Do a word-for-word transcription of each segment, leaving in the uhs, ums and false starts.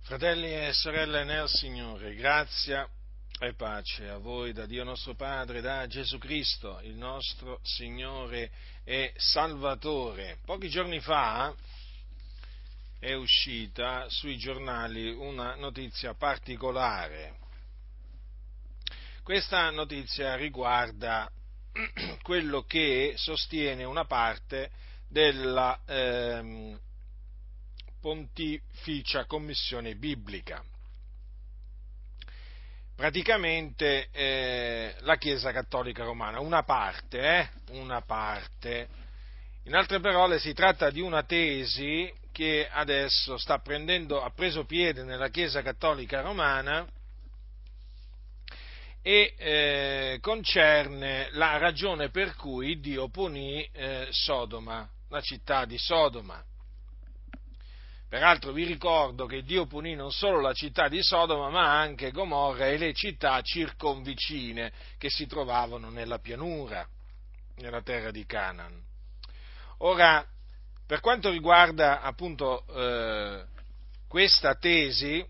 Fratelli e sorelle nel Signore, grazia e pace a voi da Dio nostro Padre, da Gesù Cristo, il nostro Signore e Salvatore. Pochi giorni fa è uscita sui giornali una notizia particolare. Questa notizia riguarda quello che sostiene una parte della ehm, Pontificia Commissione Biblica. Praticamente eh, la Chiesa Cattolica Romana, una parte, eh, una parte. In altre parole, si tratta di una tesi che adesso sta prendendo, ha preso piede nella Chiesa Cattolica Romana e eh, concerne la ragione per cui Dio punì eh, Sodoma, la città di Sodoma. Peraltro vi ricordo che Dio punì non solo la città di Sodoma, ma anche Gomorra e le città circonvicine che si trovavano nella pianura, nella terra di Canaan. Ora, per quanto riguarda appunto eh, questa tesi,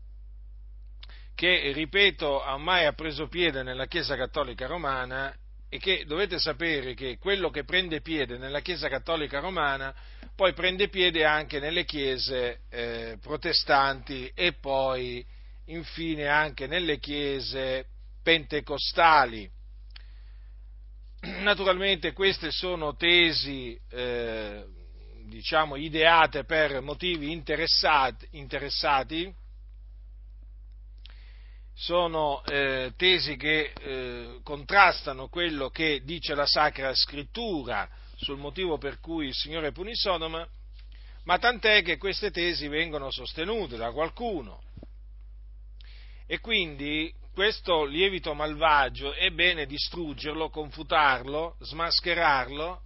che, ripeto, ormai ha preso piede nella Chiesa Cattolica Romana, e che dovete sapere che quello che prende piede nella Chiesa Cattolica Romana poi prende piede anche nelle chiese eh, protestanti e poi infine anche nelle chiese pentecostali. Naturalmente queste sono tesi eh, diciamo ideate per motivi interessati, interessati sono eh, tesi che eh, contrastano quello che dice la Sacra Scrittura sul motivo per cui il Signore punì Sodoma, ma tant'è che queste tesi vengono sostenute da qualcuno. E quindi questo lievito malvagio è bene distruggerlo, confutarlo, smascherarlo,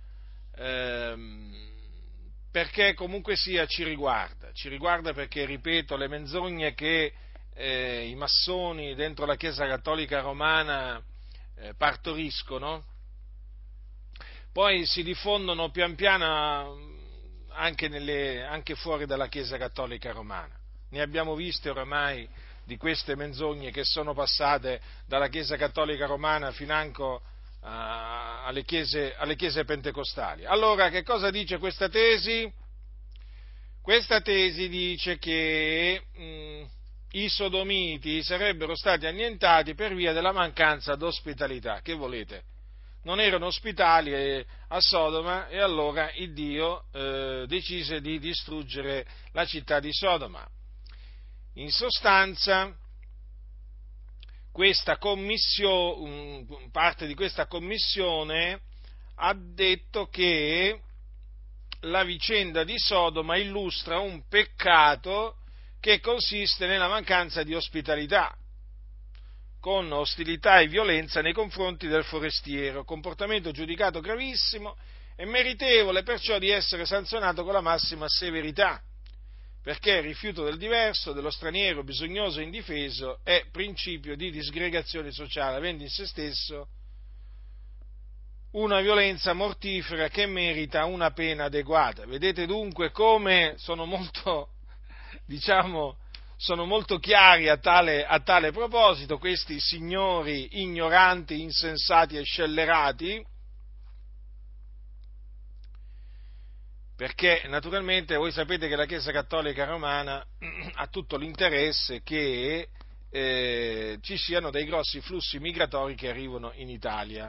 ehm, perché comunque sia ci riguarda, ci riguarda perché, ripeto, le menzogne che Eh, i massoni dentro la Chiesa Cattolica Romana eh, partoriscono, poi si diffondono pian piano anche, nelle, anche fuori dalla Chiesa Cattolica Romana. Ne abbiamo viste oramai di queste menzogne che sono passate dalla Chiesa Cattolica Romana financo a, alle, chiese, alle chiese pentecostali. Allora, che cosa dice questa tesi? Questa tesi dice che mh, i sodomiti sarebbero stati annientati per via della mancanza d'ospitalità. Che volete? Non erano ospitali a Sodoma e allora il Dio eh, decise di distruggere la città di Sodoma. In sostanza, questa commissione, parte di questa commissione ha detto che la vicenda di Sodoma illustra un peccato che consiste nella mancanza di ospitalità, con ostilità e violenza nei confronti del forestiero, comportamento giudicato gravissimo e meritevole perciò di essere sanzionato con la massima severità, perché il rifiuto del diverso, dello straniero, bisognoso e indifeso è principio di disgregazione sociale, avendo in se stesso una violenza mortifera che merita una pena adeguata. Vedete dunque come sono molto diciamo, sono molto chiari a tale, a tale proposito questi signori ignoranti, insensati e scellerati, perché naturalmente voi sapete che la Chiesa Cattolica Romana ha tutto l'interesse che eh, ci siano dei grossi flussi migratori che arrivano in Italia,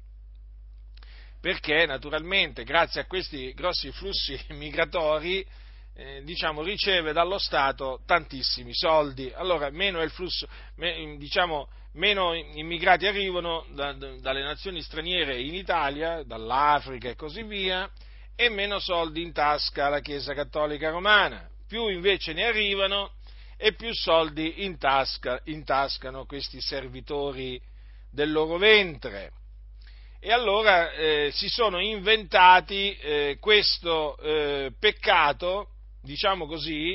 perché naturalmente grazie a questi grossi flussi migratori Eh, diciamo, riceve dallo Stato tantissimi soldi. Allora meno è il flusso, me, diciamo, meno immigrati arrivano da, da, dalle nazioni straniere in Italia, dall'Africa e così via, e meno soldi in tasca alla Chiesa Cattolica Romana. Più invece ne arrivano e più soldi in tasca, intascano questi servitori del loro ventre. E allora eh, si sono inventati eh, questo eh, peccato, diciamo così,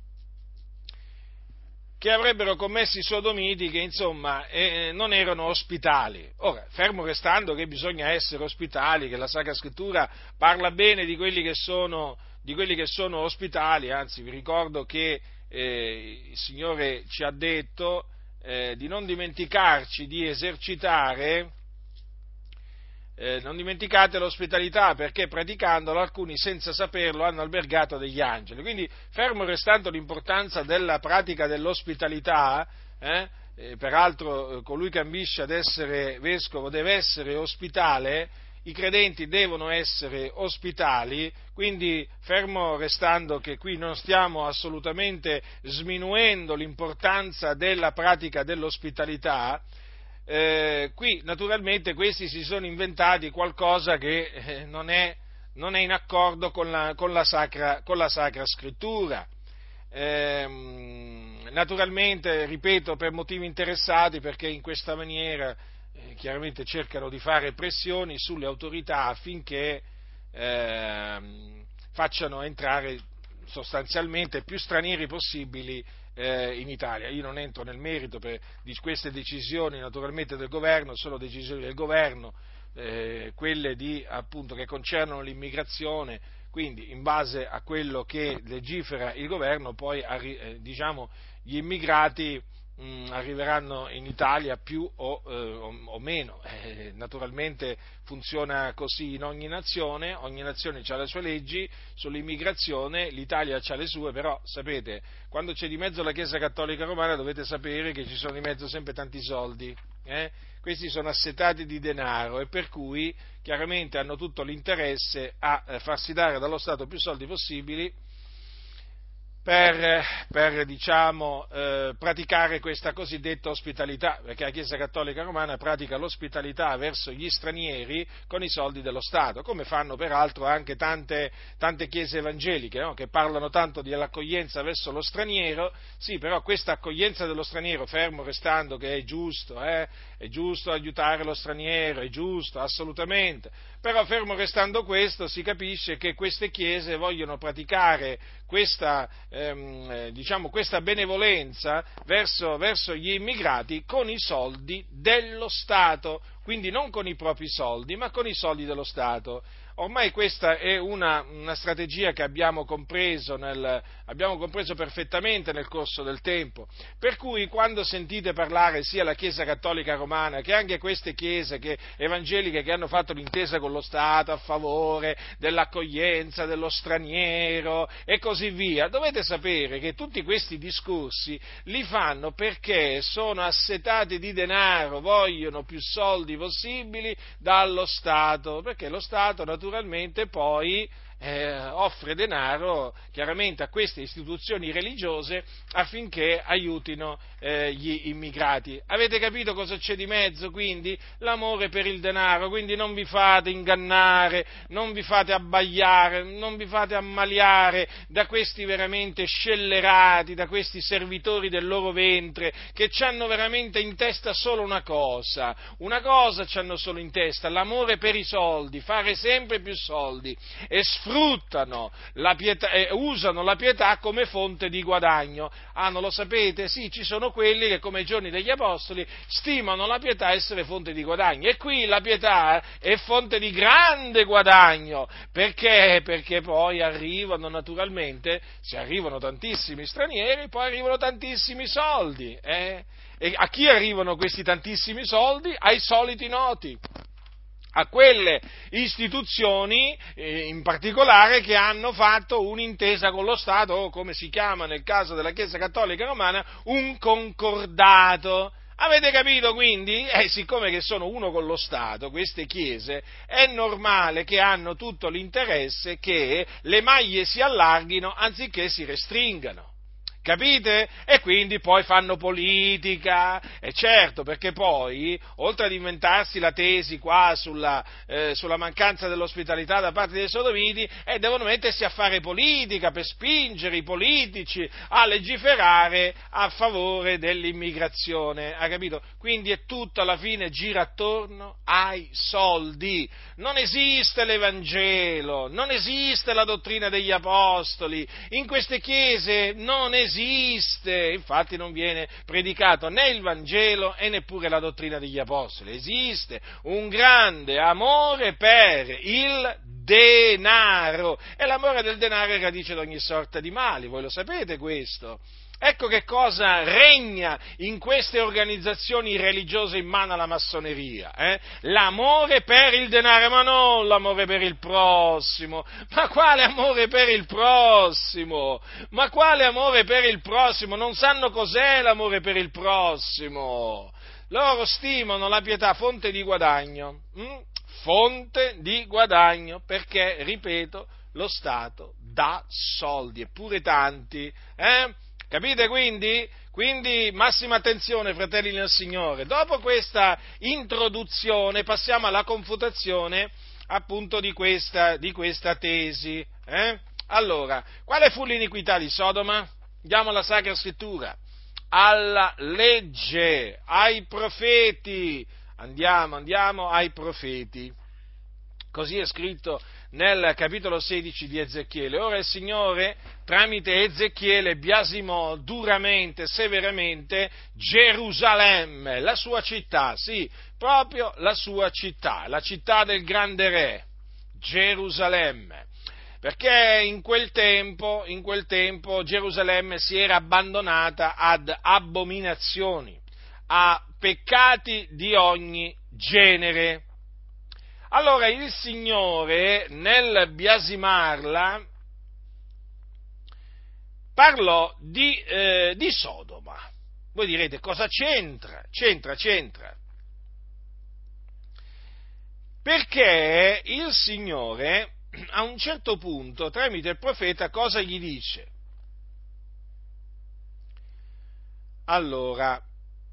che avrebbero commesso i sodomiti che insomma eh, non erano ospitali. Ora, fermo restando che bisogna essere ospitali, che la Sacra Scrittura parla bene di quelli che sono di quelli che sono ospitali, anzi vi ricordo che eh, il Signore ci ha detto eh, di non dimenticarci di esercitare, eh, non dimenticate l'ospitalità, perché praticandolo alcuni senza saperlo hanno albergato degli angeli. Quindi, fermo restando l'importanza della pratica dell'ospitalità, eh, eh, peraltro eh, colui che ambisce ad essere vescovo deve essere ospitale, i credenti devono essere ospitali, quindi fermo restando che qui non stiamo assolutamente sminuendo l'importanza della pratica dell'ospitalità, eh, qui naturalmente questi si sono inventati qualcosa che eh, non, è, non è in accordo con la, con la, sacra, con la Sacra Scrittura. Eh, naturalmente, ripeto, per motivi interessati, perché in questa maniera eh, chiaramente cercano di fare pressioni sulle autorità affinché eh, facciano entrare sostanzialmente più stranieri possibili eh, in Italia. Io non entro nel merito per, di queste decisioni naturalmente del governo, sono decisioni del governo, eh, quelle di, appunto, che concernono l'immigrazione. Quindi, in base a quello che legifera il governo, poi eh, diciamo, gli immigrati mh, arriveranno in Italia più o, eh, o, o meno. Eh, naturalmente funziona così in ogni nazione, ogni nazione ha le sue leggi sull'immigrazione, l'Italia ha le sue, però sapete, quando c'è di mezzo la Chiesa Cattolica Romana dovete sapere che ci sono di mezzo sempre tanti soldi. Eh? Questi sono assetati di denaro e per cui chiaramente hanno tutto l'interesse a eh, farsi dare dallo Stato più soldi possibili per, per diciamo, eh, praticare questa cosiddetta ospitalità, perché la Chiesa Cattolica Romana pratica l'ospitalità verso gli stranieri con i soldi dello Stato, come fanno peraltro anche tante, tante chiese evangeliche, no? Che parlano tanto dell'accoglienza verso lo straniero. Sì, però questa accoglienza dello straniero, fermo restando che è giusto, eh? È giusto aiutare lo straniero, è giusto, assolutamente, però fermo restando questo si capisce che queste chiese vogliono praticare questa, ehm, diciamo, questa benevolenza verso, verso gli immigrati con i soldi dello Stato, quindi non con i propri soldi, ma con i soldi dello Stato. Ormai questa è una, una strategia che abbiamo compreso, nel, abbiamo compreso perfettamente nel corso del tempo, per cui quando sentite parlare sia la Chiesa Cattolica Romana che anche queste chiese che, evangeliche che hanno fatto l'intesa con lo Stato a favore dell'accoglienza dello straniero e così via, dovete sapere che tutti questi discorsi li fanno perché sono assetati di denaro, vogliono più soldi possibili dallo Stato, perché lo Stato naturalmente naturalmente poi eh, offre denaro chiaramente a queste istituzioni religiose affinché aiutino eh, gli immigrati. Avete capito cosa c'è di mezzo? Quindi l'amore per il denaro, quindi non vi fate ingannare, non vi fate abbagliare, non vi fate ammaliare da questi veramente scellerati, da questi servitori del loro ventre che c'hanno veramente in testa solo una cosa, una cosa c'hanno solo in testa, l'amore per i soldi, fare sempre più soldi e sfruttano la pietà, eh, usano la pietà come fonte di guadagno. Ah, non lo sapete? Sì, ci sono quelli che come ai giorni degli Apostoli stimano la pietà essere fonte di guadagno, e qui la pietà è fonte di grande guadagno, perché? Perché poi arrivano naturalmente, se arrivano tantissimi stranieri, poi arrivano tantissimi soldi, eh? E a chi arrivano questi tantissimi soldi? Ai soliti noti, a quelle istituzioni eh, in particolare che hanno fatto un'intesa con lo Stato, o come si chiama nel caso della Chiesa Cattolica Romana, un concordato. Avete capito quindi? Eh, siccome che sono uno con lo Stato, queste chiese, è normale che hanno tutto l'interesse che le maglie si allarghino anziché si restringano. Capite? E quindi poi fanno politica, e certo, perché poi, oltre ad inventarsi la tesi qua sulla, eh, sulla mancanza dell'ospitalità da parte dei sodomiti, eh, devono mettersi a fare politica per spingere i politici a legiferare a favore dell'immigrazione, ha capito? Quindi è tutto alla fine gira attorno ai soldi. Non esiste l'Evangelo, non esiste la dottrina degli Apostoli, in queste chiese non esiste. Esiste, infatti non viene predicato né il Vangelo e neppure la dottrina degli Apostoli. Esiste un grande amore per il denaro, e l'amore del denaro è radice di ogni sorta di mali, voi lo sapete questo. Ecco che cosa regna in queste organizzazioni religiose in mano alla massoneria, eh? L'amore per il denaro, ma non l'amore per il prossimo, ma quale amore per il prossimo? Ma quale amore per il prossimo? Non sanno cos'è l'amore per il prossimo. Loro stimano la pietà fonte di guadagno, hm? fonte di guadagno, perché, ripeto, lo Stato dà soldi, eppure tanti, eh? Capite quindi? Quindi massima attenzione, fratelli nel Signore. Dopo questa introduzione passiamo alla confutazione appunto di questa, di questa tesi. Eh? Allora, quale fu l'iniquità di Sodoma? Andiamo alla Sacra Scrittura, alla legge, ai profeti. Andiamo, andiamo ai profeti. Così è scritto nel capitolo sedici di Ezechiele. Ora il Signore, tramite Ezechiele, biasimò duramente, severamente Gerusalemme, la sua città, sì, proprio la sua città, la città del grande re, Gerusalemme. Perché in quel tempo, in quel tempo Gerusalemme si era abbandonata ad abominazioni, a peccati di ogni genere. Allora il Signore, nel biasimarla, parlò di, eh, di Sodoma. Voi direte, cosa c'entra? C'entra, c'entra. Perché il Signore, a un certo punto, tramite il profeta, cosa gli dice? Allora,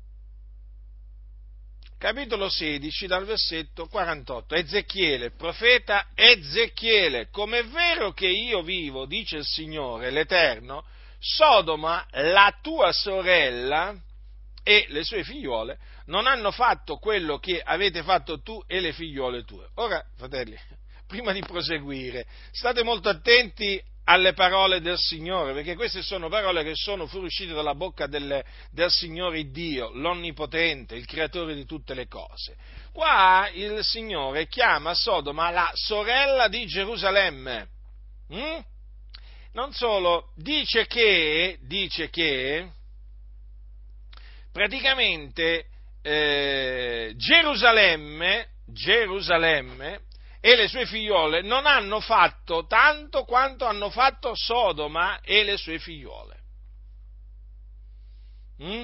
capitolo sedici, dal versetto quarantotto, Ezechiele, profeta Ezechiele, come è vero che io vivo, dice il Signore, l'Eterno, Sodoma, la tua sorella e le sue figliuole non hanno fatto quello che avete fatto tu e le figliuole tue. Ora, fratelli, prima di proseguire, state molto attenti alle parole del Signore, perché queste sono parole che sono fuoriuscite dalla bocca del, del Signore Dio, l'Onnipotente, il Creatore di tutte le cose. Qua il Signore chiama Sodoma la sorella di Gerusalemme. Mm? Non solo, dice che, dice che praticamente eh, Gerusalemme, Gerusalemme e le sue figliuole non hanno fatto tanto quanto hanno fatto Sodoma e le sue figliuole. Mm?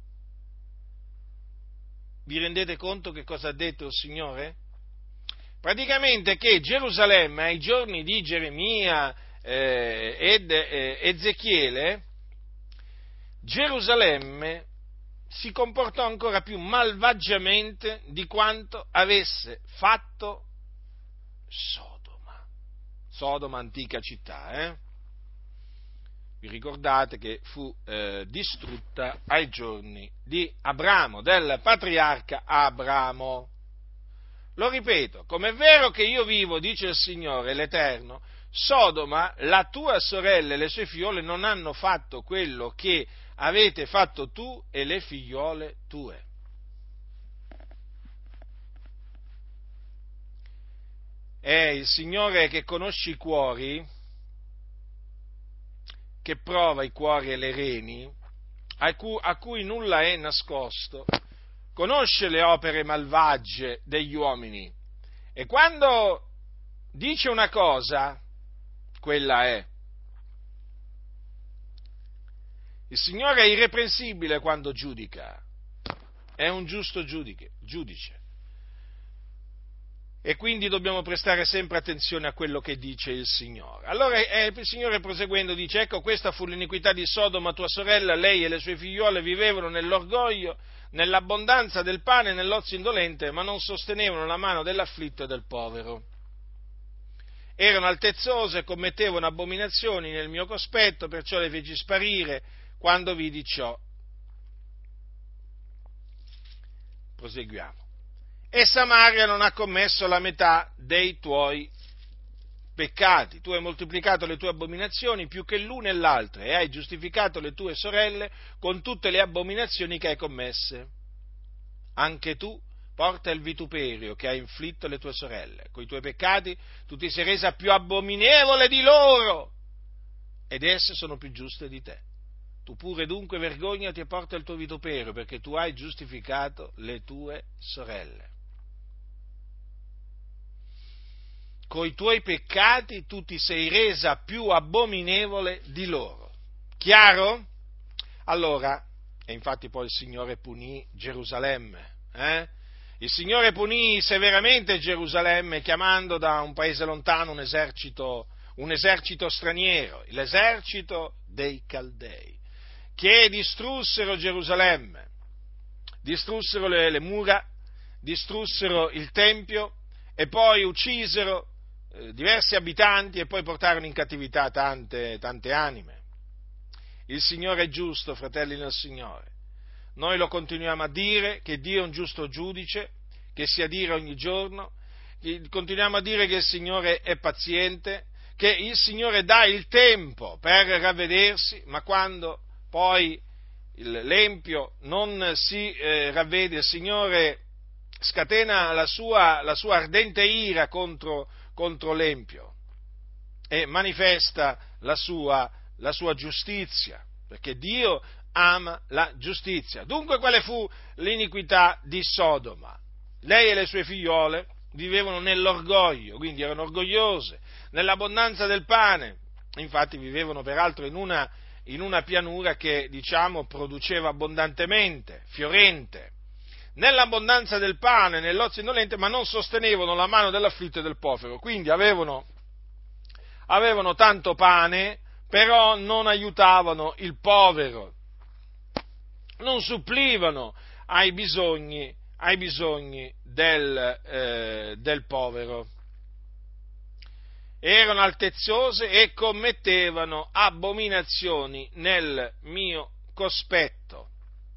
Vi rendete conto che cosa ha detto il Signore? Praticamente che Gerusalemme ai giorni di Geremia eh, ed eh, Ezechiele, Gerusalemme si comportò ancora più malvagiamente di quanto avesse fatto Sodoma, Sodoma antica città, eh? Vi ricordate che fu eh, distrutta ai giorni di Abramo, del patriarca Abramo. Lo ripeto, come è vero che io vivo, dice il Signore l'Eterno, Sodoma, la tua sorella e le sue figliole non hanno fatto quello che avete fatto tu e le figliole tue. È il Signore che conosce i cuori, che prova i cuori e le reni, a cui, a cui nulla è nascosto, conosce le opere malvagie degli uomini e quando dice una cosa, quella è. Il Signore è irreprensibile quando giudica, è un giusto giudice. giudice. E quindi dobbiamo prestare sempre attenzione a quello che dice il Signore. Allora eh, il Signore proseguendo dice, ecco questa fu l'iniquità di Sodoma, tua sorella, lei e le sue figliuole vivevano nell'orgoglio, nell'abbondanza del pane e nell'ozio indolente, ma non sostenevano la mano dell'afflitto e del povero. Erano altezzose, commettevano abominazioni nel mio cospetto, perciò le feci sparire quando vidi ciò. Proseguiamo. E Samaria non ha commesso la metà dei tuoi peccati. Tu hai moltiplicato le tue abominazioni più che l'una e l'altra e hai giustificato le tue sorelle con tutte le abominazioni che hai commesse. Anche tu porta il vituperio che hai inflitto alle tue sorelle. Con i tuoi peccati tu ti sei resa più abominevole di loro, ed esse sono più giuste di te. Tu pure dunque vergognati e porta il tuo vituperio, perché tu hai giustificato le tue sorelle. Coi tuoi peccati tu ti sei resa più abominevole di loro. Chiaro? Allora, e infatti poi il Signore punì Gerusalemme, eh? Il Signore punì severamente Gerusalemme chiamando da un paese lontano un esercito, un esercito straniero, l'esercito dei Caldei, che distrussero Gerusalemme, distrussero le, le mura, distrussero il Tempio e poi uccisero eh, diversi abitanti e poi portarono in cattività tante, tante anime. Il Signore è giusto, fratelli nel Signore. Noi lo continuiamo a dire, che Dio è un giusto giudice, che si adira ogni giorno, continuiamo a dire che il Signore è paziente, che il Signore dà il tempo per ravvedersi, ma quando poi l'empio non si eh, ravvede, il Signore scatena la sua, la sua ardente ira contro, contro l'empio e manifesta la sua, la sua giustizia, perché Dio ama la giustizia. Dunque quale fu l'iniquità di Sodoma? Lei e le sue figliole vivevano nell'orgoglio, quindi erano orgogliose, nell'abbondanza del pane, infatti vivevano peraltro in una, in una pianura che, diciamo, produceva abbondantemente, fiorente, nell'abbondanza del pane, nell'ozio indolente, ma non sostenevano la mano dell'afflitto e del povero, quindi avevano, avevano tanto pane, però non aiutavano il povero, non supplivano ai bisogni, ai bisogni del, eh, del povero. Erano altezzose e commettevano abominazioni nel mio cospetto.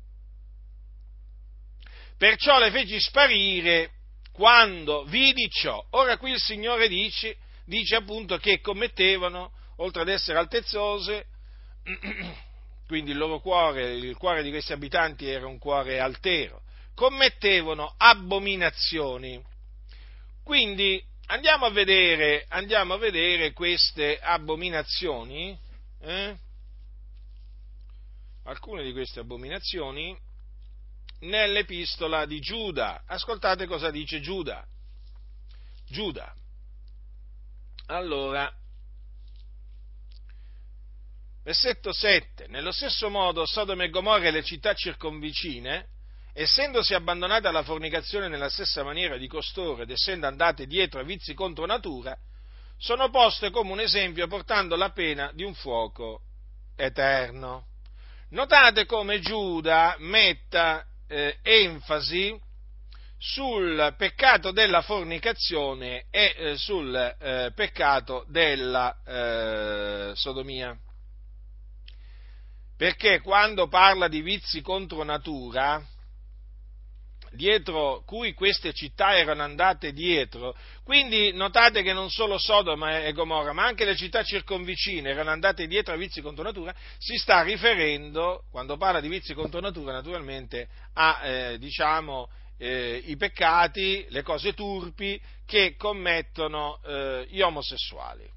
Perciò le feci sparire quando vidi ciò. Ora qui il Signore dice, dice appunto che commettevano, oltre ad essere altezzose, quindi il loro cuore, il cuore di questi abitanti era un cuore altero, commettevano abominazioni. Quindi andiamo a vedere, andiamo a vedere queste abominazioni, eh? alcune di queste abominazioni nell'epistola di Giuda. Ascoltate cosa dice Giuda. Giuda. Allora, versetto sette, nello stesso modo Sodoma e Gomorra e le città circonvicine, essendosi abbandonate alla fornicazione nella stessa maniera di costoro ed essendo andate dietro a vizi contro natura, sono poste come un esempio portando la pena di un fuoco eterno. Notate come Giuda metta eh, enfasi sul peccato della fornicazione e eh, sul eh, peccato della eh, sodomia. Perché quando parla di vizi contro natura, dietro cui queste città erano andate dietro, quindi notate che non solo Sodoma e Gomorra, ma anche le città circonvicine erano andate dietro a vizi contro natura, si sta riferendo, quando parla di vizi contro natura, naturalmente a, eh, diciamo, eh, i peccati, le cose turpi che commettono eh, gli omosessuali.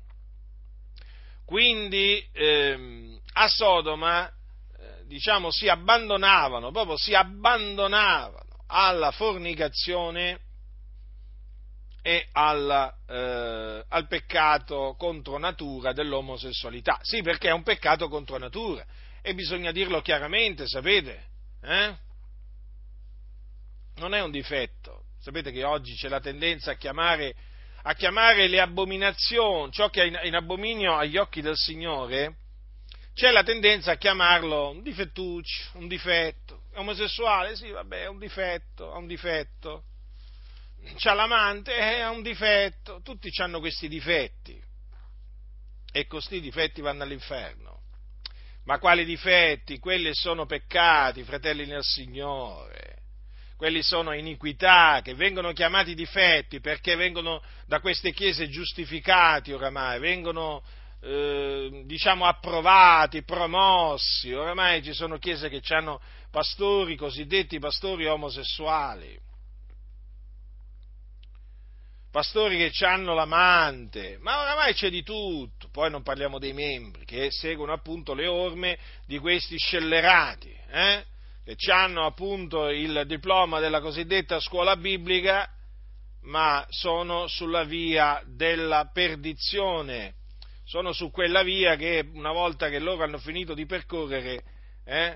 Quindi ehm, a Sodoma eh, diciamo si abbandonavano, proprio si abbandonavano alla fornicazione e alla, eh, al peccato contro natura dell'omosessualità. Sì, perché è un peccato contro natura e bisogna dirlo chiaramente, sapete? Eh? Non è un difetto. Sapete che oggi c'è la tendenza a chiamare a chiamare le abominazioni, ciò che è in abominio agli occhi del Signore, c'è la tendenza a chiamarlo un difettuccio, un difetto. È omosessuale? Sì, vabbè, è un difetto, è un difetto. C'ha l'amante? È un difetto. Tutti hanno questi difetti. E questi difetti vanno all'inferno. Ma quali difetti? Quelli sono peccati, fratelli nel Signore. Quelli sono iniquità che vengono chiamati difetti perché vengono da queste chiese giustificati oramai, vengono eh, diciamo approvati, promossi. Oramai ci sono chiese che hanno pastori, cosiddetti pastori omosessuali. pastori che hanno l'amante, ma oramai c'è di tutto. Poi non parliamo dei membri, che seguono appunto le orme di questi scellerati, eh? che hanno appunto il diploma della cosiddetta scuola biblica, ma sono sulla via della perdizione, sono su quella via che una volta che loro hanno finito di percorrere, eh,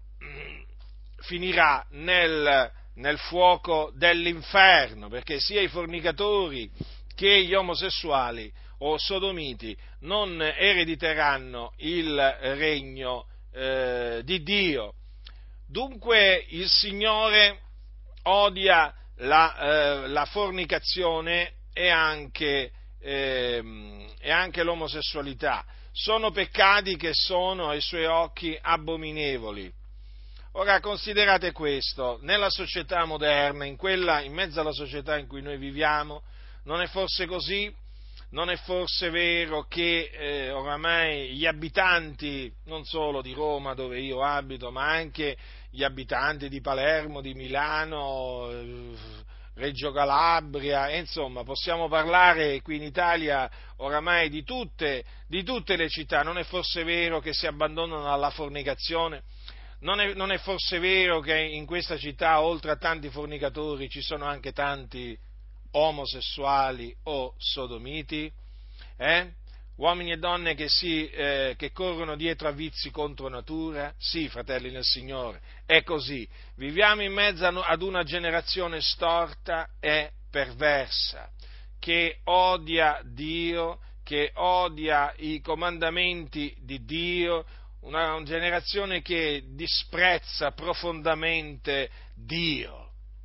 finirà nel, nel fuoco dell'inferno, perché sia i fornicatori che gli omosessuali o sodomiti non erediteranno il regno eh, di Dio. Dunque il Signore odia la, eh, la fornicazione e anche, eh, e anche l'omosessualità. Sono peccati che sono ai suoi occhi abominevoli. Ora considerate questo, nella società moderna, in, quella, in mezzo alla società in cui noi viviamo, non è forse così? Non è forse vero che eh, oramai gli abitanti, non solo di Roma dove io abito, ma anche gli abitanti di Palermo, di Milano, eh, Reggio Calabria, e insomma possiamo parlare qui in Italia oramai di tutte, di tutte le città, non è forse vero che si abbandonano alla fornicazione? Non è, non è forse vero che in questa città, oltre a tanti fornicatori, ci sono anche tanti omosessuali o sodomiti? Eh? Uomini e donne che, si, eh, che corrono dietro a vizi contro natura? Sì, fratelli nel Signore, è così. Viviamo in mezzo ad una generazione storta e perversa, che odia Dio, che odia i comandamenti di Dio, una generazione che disprezza profondamente Dio.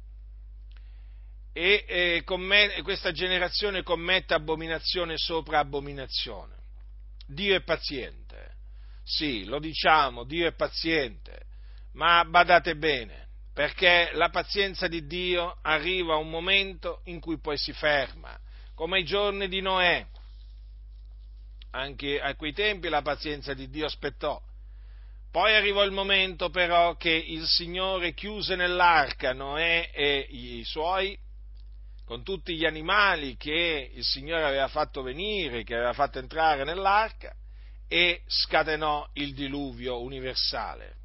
E, e comm- questa generazione commette abominazione sopra abominazione. Dio è paziente, sì, lo diciamo, Dio è paziente, ma badate bene, perché la pazienza di Dio arriva a un momento in cui poi si ferma, come ai giorni di Noè. Anche a quei tempi la pazienza di Dio aspettò. Poi arrivò il momento però che il Signore chiuse nell'arca Noè e i suoi, con tutti gli animali che il Signore aveva fatto venire, che aveva fatto entrare nell'arca, e scatenò il diluvio universale.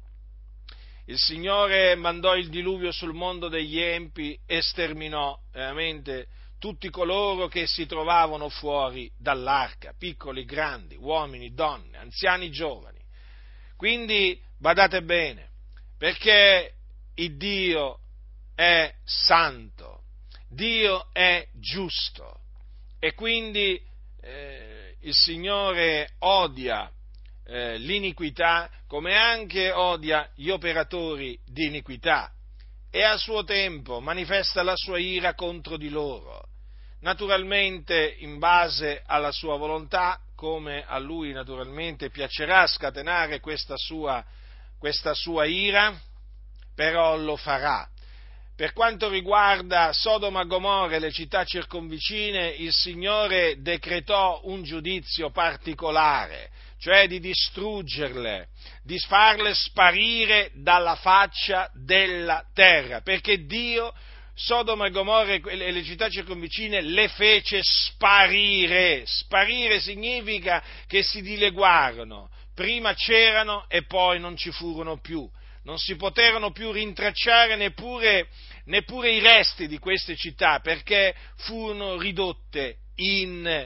Il Signore mandò il diluvio sul mondo degli empi e sterminò veramente tutti coloro che si trovavano fuori dall'arca, piccoli, grandi, uomini, donne, anziani, giovani. Quindi badate bene, perché il Dio è santo, Dio è giusto e quindi eh, il Signore odia eh, l'iniquità come anche odia gli operatori di iniquità e a suo tempo manifesta la sua ira contro di loro, naturalmente in base alla sua volontà, come a lui naturalmente piacerà scatenare questa sua, questa sua ira, però lo farà. Per quanto riguarda Sodoma e Gomorra e le città circonvicine, il Signore decretò un giudizio particolare, cioè di distruggerle, di farle sparire dalla faccia della terra, perché Dio Sodoma e Gomorra e le città circonvicine le fece sparire. Sparire significa che si dileguarono, prima c'erano e poi non ci furono più. Non si poterono più rintracciare neppure, neppure i resti di queste città, perché furono ridotte in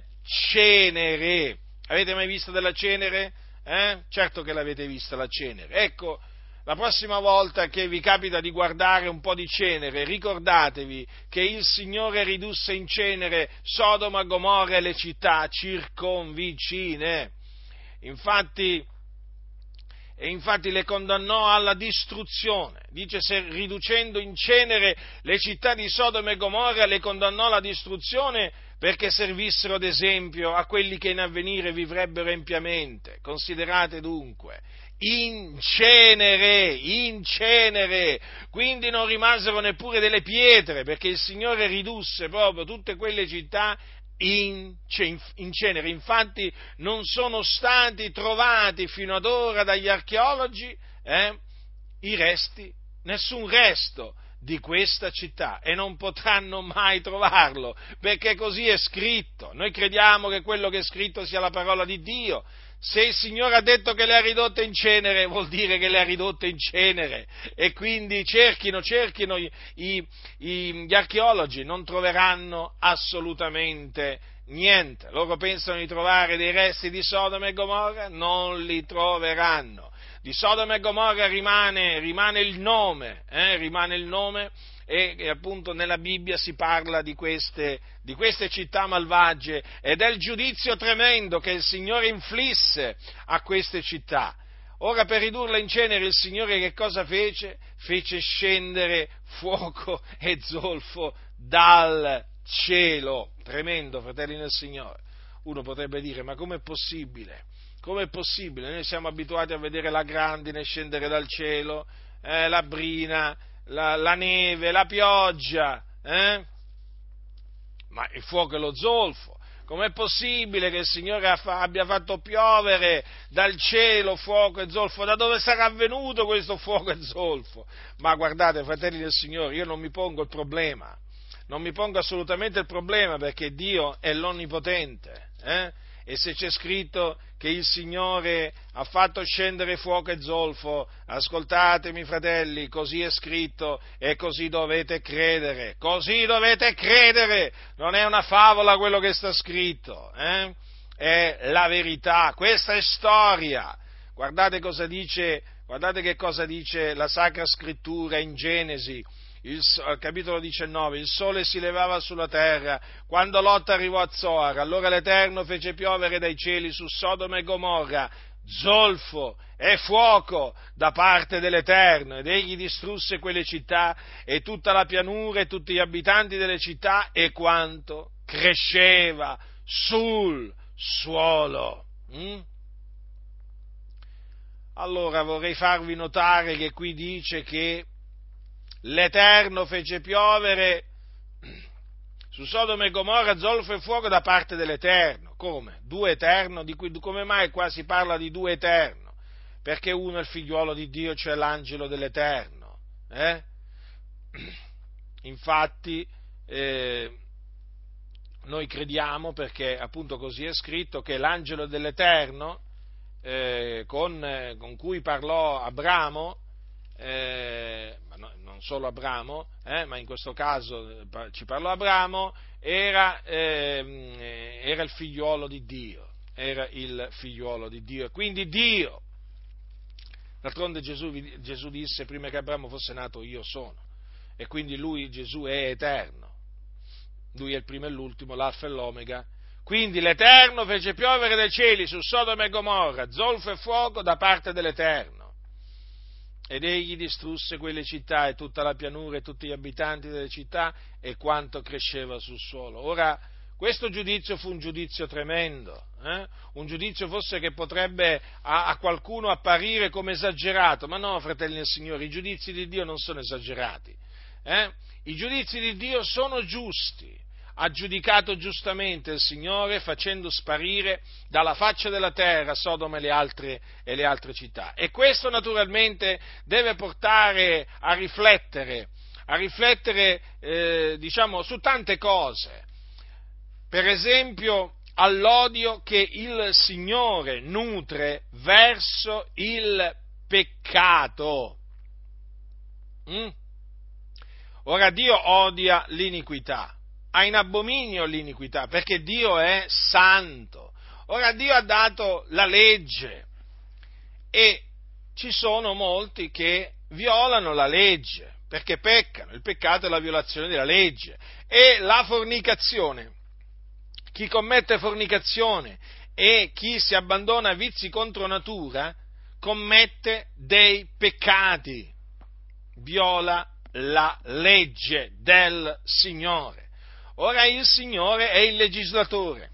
cenere. Avete mai visto della cenere? Eh? Certo che l'avete vista la cenere. Ecco, la prossima volta che vi capita di guardare un po' di cenere, ricordatevi che il Signore ridusse in cenere Sodoma, Gomorra e le città circonvicine. Infatti, e infatti le condannò alla distruzione. Dice, se riducendo in cenere le città di Sodoma e Gomorra le condannò alla distruzione perché servissero d'esempio a quelli che in avvenire vivrebbero empiamente. Considerate dunque, in cenere, in cenere, quindi non rimasero neppure delle pietre, perché il Signore ridusse proprio tutte quelle città in cenere. Infatti non sono stati trovati fino ad ora dagli archeologi eh, i resti, nessun resto di questa città e non potranno mai trovarlo, perché così è scritto. Noi crediamo che quello che è scritto sia la parola di Dio. Se il Signore ha detto che le ha ridotte in cenere, vuol dire che le ha ridotte in cenere, e quindi cerchino, cerchino i, i, gli archeologi, non troveranno assolutamente niente. Loro pensano di trovare dei resti di Sodoma e Gomorra, non li troveranno. Di Sodoma e Gomorra rimane, rimane il nome, eh, rimane il nome e, e appunto nella Bibbia si parla di queste, di queste città malvagie e del giudizio tremendo che il Signore inflisse a queste città. Ora, per ridurle in cenere, il Signore che cosa fece? Fece scendere fuoco e zolfo dal cielo. Tremendo, fratelli nel Signore. Uno potrebbe dire, ma com'è possibile? Com'è possibile? Noi siamo abituati a vedere la grandine scendere dal cielo, eh, la brina, la, la neve, la pioggia, eh? Ma il fuoco e lo zolfo. Com'è possibile che il Signore abbia fatto piovere dal cielo fuoco e zolfo? Da dove sarà venuto questo fuoco e zolfo? Ma guardate, fratelli del Signore, io non mi pongo il problema, non mi pongo assolutamente il problema, perché Dio è l'Onnipotente, eh? E se c'è scritto che il Signore ha fatto scendere fuoco e zolfo, ascoltatemi fratelli, così è scritto e così dovete credere, così dovete credere, non è una favola quello che sta scritto, eh? È la verità, questa è storia. Guardate cosa dice, guardate che cosa dice la Sacra Scrittura in Genesi. Il, capitolo diciannove, il sole si levava sulla terra quando Lot arrivò a Zoar, allora l'Eterno fece piovere dai cieli su Sodoma e Gomorra zolfo e fuoco da parte dell'Eterno, ed egli distrusse quelle città e tutta la pianura e tutti gli abitanti delle città e quanto cresceva sul suolo. Mm? Allora vorrei farvi notare che qui dice che l'Eterno fece piovere su Sodoma e Gomorra zolfo e fuoco da parte dell'Eterno. Come? Due Eterno? Di cui, come mai qua si parla di due Eterno? Perché uno è il figliuolo di Dio, cioè l'angelo dell'Eterno. Eh? Infatti, eh, noi crediamo, perché appunto così è scritto, che l'angelo dell'Eterno, eh, con, eh, con cui parlò Abramo, Eh, ma no, non solo Abramo, eh, ma in questo caso eh, ci parlò Abramo, era, eh, era il figliuolo di Dio, era il figliuolo di Dio, e quindi Dio, d'altronde Gesù, Gesù disse, prima che Abramo fosse nato io sono, e quindi lui, Gesù, è eterno, lui è il primo e l'ultimo, l'alfa e l'omega. Quindi l'Eterno fece piovere dai cieli su Sodoma e Gomorra zolfo e fuoco da parte dell'Eterno, ed egli distrusse quelle città e tutta la pianura e tutti gli abitanti delle città e quanto cresceva sul suolo. Ora, questo giudizio fu un giudizio tremendo, eh? un giudizio forse che potrebbe a, a qualcuno apparire come esagerato, ma no, fratelli del Signore, i giudizi di Dio non sono esagerati, eh? I giudizi di Dio sono giusti. Ha giudicato giustamente il Signore facendo sparire dalla faccia della terra Sodoma e le altre, e le altre città. E questo naturalmente deve portare a riflettere, a riflettere eh, diciamo, su tante cose. Per esempio, all'odio che il Signore nutre verso il peccato. Mm? Ora, Dio odia l'iniquità. Ha in abominio l'iniquità, perché Dio è santo. Ora Dio ha dato la legge e ci sono molti che violano la legge, perché peccano. Il peccato è la violazione della legge. E la fornicazione, chi commette fornicazione e chi si abbandona a vizi contro natura, commette dei peccati, viola la legge del Signore. Ora il Signore è il legislatore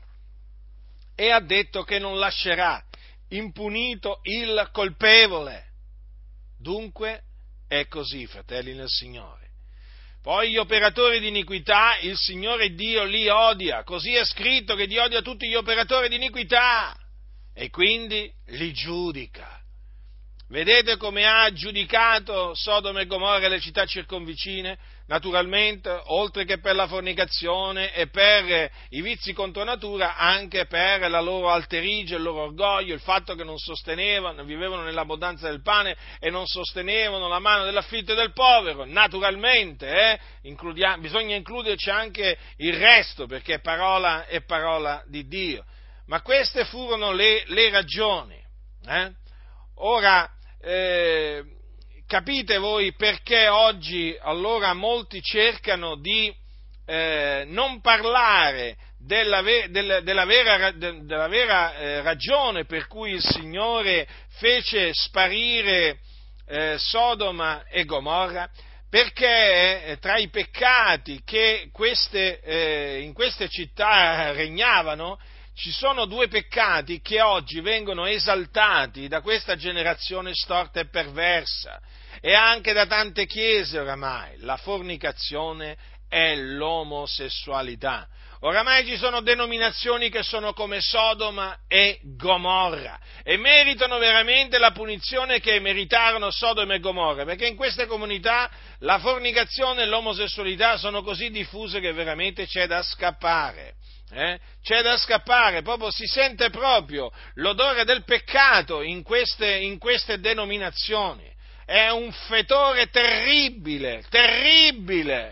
e ha detto che non lascerà impunito il colpevole. Dunque è così, fratelli nel Signore. Poi gli operatori di iniquità il Signore Dio li odia, così è scritto che Dio odia tutti gli operatori di iniquità e quindi li giudica. Vedete come ha giudicato Sodoma e Gomorra e le città circonvicine? Naturalmente, oltre che per la fornicazione e per i vizi contro natura, anche per la loro alterigia, il loro orgoglio, il fatto che non sostenevano, vivevano nell'abbondanza del pane e non sostenevano la mano dell'afflitto e del povero. Naturalmente, eh, includia- bisogna includerci anche il resto, perché è parola, è parola di Dio. Ma queste furono le, le ragioni. Eh? Ora, eh, capite voi perché oggi allora molti cercano di eh, non parlare della, della, della vera, della vera eh, ragione per cui il Signore fece sparire eh, Sodoma e Gomorra? Perché eh, tra i peccati che queste, eh, in queste città regnavano, ci sono due peccati che oggi vengono esaltati da questa generazione storta e perversa, e anche da tante chiese oramai: la fornicazione e l'omosessualità. Oramai ci sono denominazioni che sono come Sodoma e Gomorra e meritano veramente la punizione che meritarono Sodoma e Gomorra, perché in queste comunità la fornicazione e l'omosessualità sono così diffuse che veramente c'è da scappare. Eh? C'è da scappare, proprio si sente proprio l'odore del peccato in queste, in queste denominazioni. È un fetore terribile, terribile.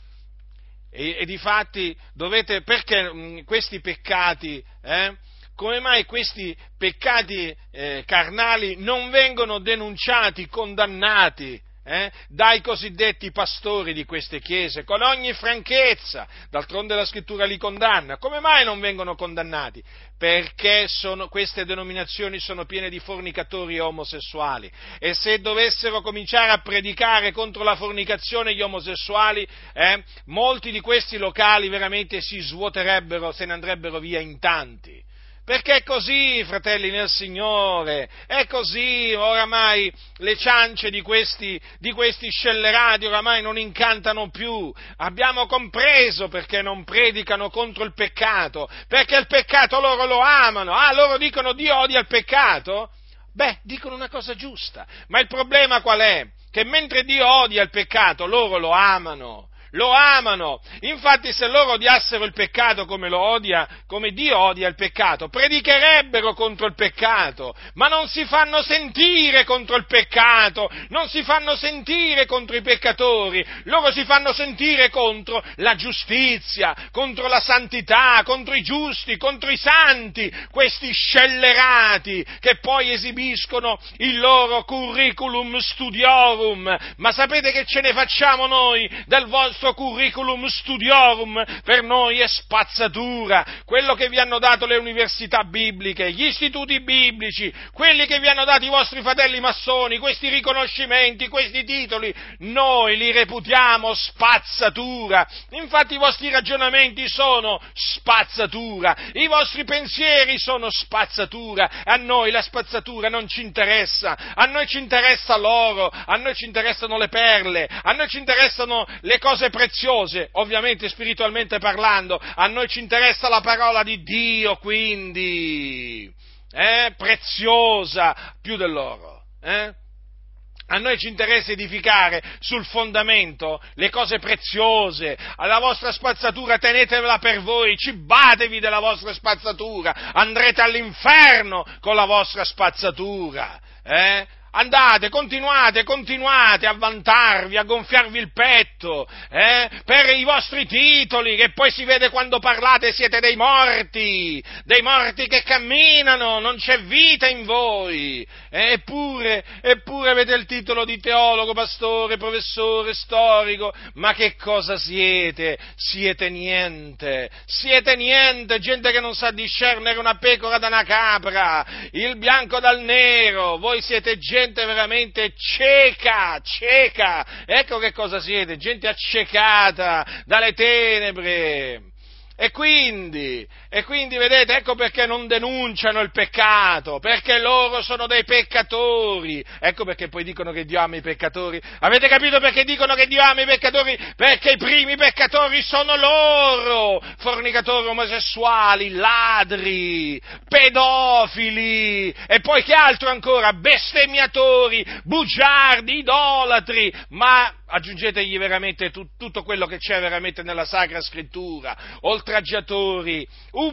E, e difatti dovete, perché mh, questi peccati, eh? Come mai questi peccati eh, carnali non vengono denunciati, condannati Eh, dai cosiddetti pastori di queste chiese, con ogni franchezza? D'altronde la scrittura li condanna. Come mai non vengono condannati? Perché sono, queste denominazioni sono piene di fornicatori e omosessuali, e se dovessero cominciare a predicare contro la fornicazione e gli omosessuali, eh, molti di questi locali veramente si svuoterebbero, se ne andrebbero via in tanti. Perché è così, fratelli nel Signore, è così. Oramai le ciance di questi, di questi scellerati oramai non incantano più. Abbiamo compreso perché non predicano contro il peccato, perché il peccato loro lo amano. Ah, loro dicono Dio odia il peccato? Beh, dicono una cosa giusta, ma il problema qual è? Che mentre Dio odia il peccato, loro lo amano. Lo amano. Infatti, se loro odiassero il peccato come lo odia, come Dio odia il peccato, predicherebbero contro il peccato, ma non si fanno sentire contro il peccato, non si fanno sentire contro i peccatori, loro si fanno sentire contro la giustizia, contro la santità, contro i giusti, contro i santi, questi scellerati che poi esibiscono il loro curriculum studiorum. Ma sapete che ce ne facciamo noi del vostro curriculum studiorum? Per noi è spazzatura. Quello che vi hanno dato le università bibliche, gli istituti biblici, quelli che vi hanno dato i vostri fratelli massoni, questi riconoscimenti, questi titoli, noi li reputiamo spazzatura. Infatti i vostri ragionamenti sono spazzatura, i vostri pensieri sono spazzatura. A noi la spazzatura non ci interessa, a noi ci interessa l'oro, a noi ci interessano le perle, a noi ci interessano le cose preziose, ovviamente spiritualmente parlando, a noi ci interessa la parola di Dio, quindi, eh, preziosa più dell'oro, eh? A noi ci interessa edificare sul fondamento le cose preziose. La vostra spazzatura tenetevela per voi, cibatevi della vostra spazzatura, andrete all'inferno con la vostra spazzatura, eh? Andate, continuate, continuate a vantarvi, a gonfiarvi il petto, eh, per i vostri titoli, che poi si vede quando parlate siete dei morti, dei morti che camminano, non c'è vita in voi, eh, eppure, eppure avete il titolo di teologo, pastore, professore, storico, ma che cosa siete? Siete niente, siete niente, gente che non sa discernere una pecora da una capra, il bianco dal nero, voi siete gente veramente cieca, cieca, ecco che cosa siete, gente accecata dalle tenebre. E quindi, e quindi, vedete, ecco perché non denunciano il peccato, perché loro sono dei peccatori. Ecco perché poi dicono che Dio ama i peccatori. Avete capito perché dicono che Dio ama i peccatori? Perché i primi peccatori sono loro, fornicatori, omosessuali, ladri, pedofili, e poi che altro ancora? Bestemmiatori, bugiardi, idolatri, ma aggiungetegli veramente tu, tutto quello che c'è veramente nella Sacra Scrittura, oltraggiatori,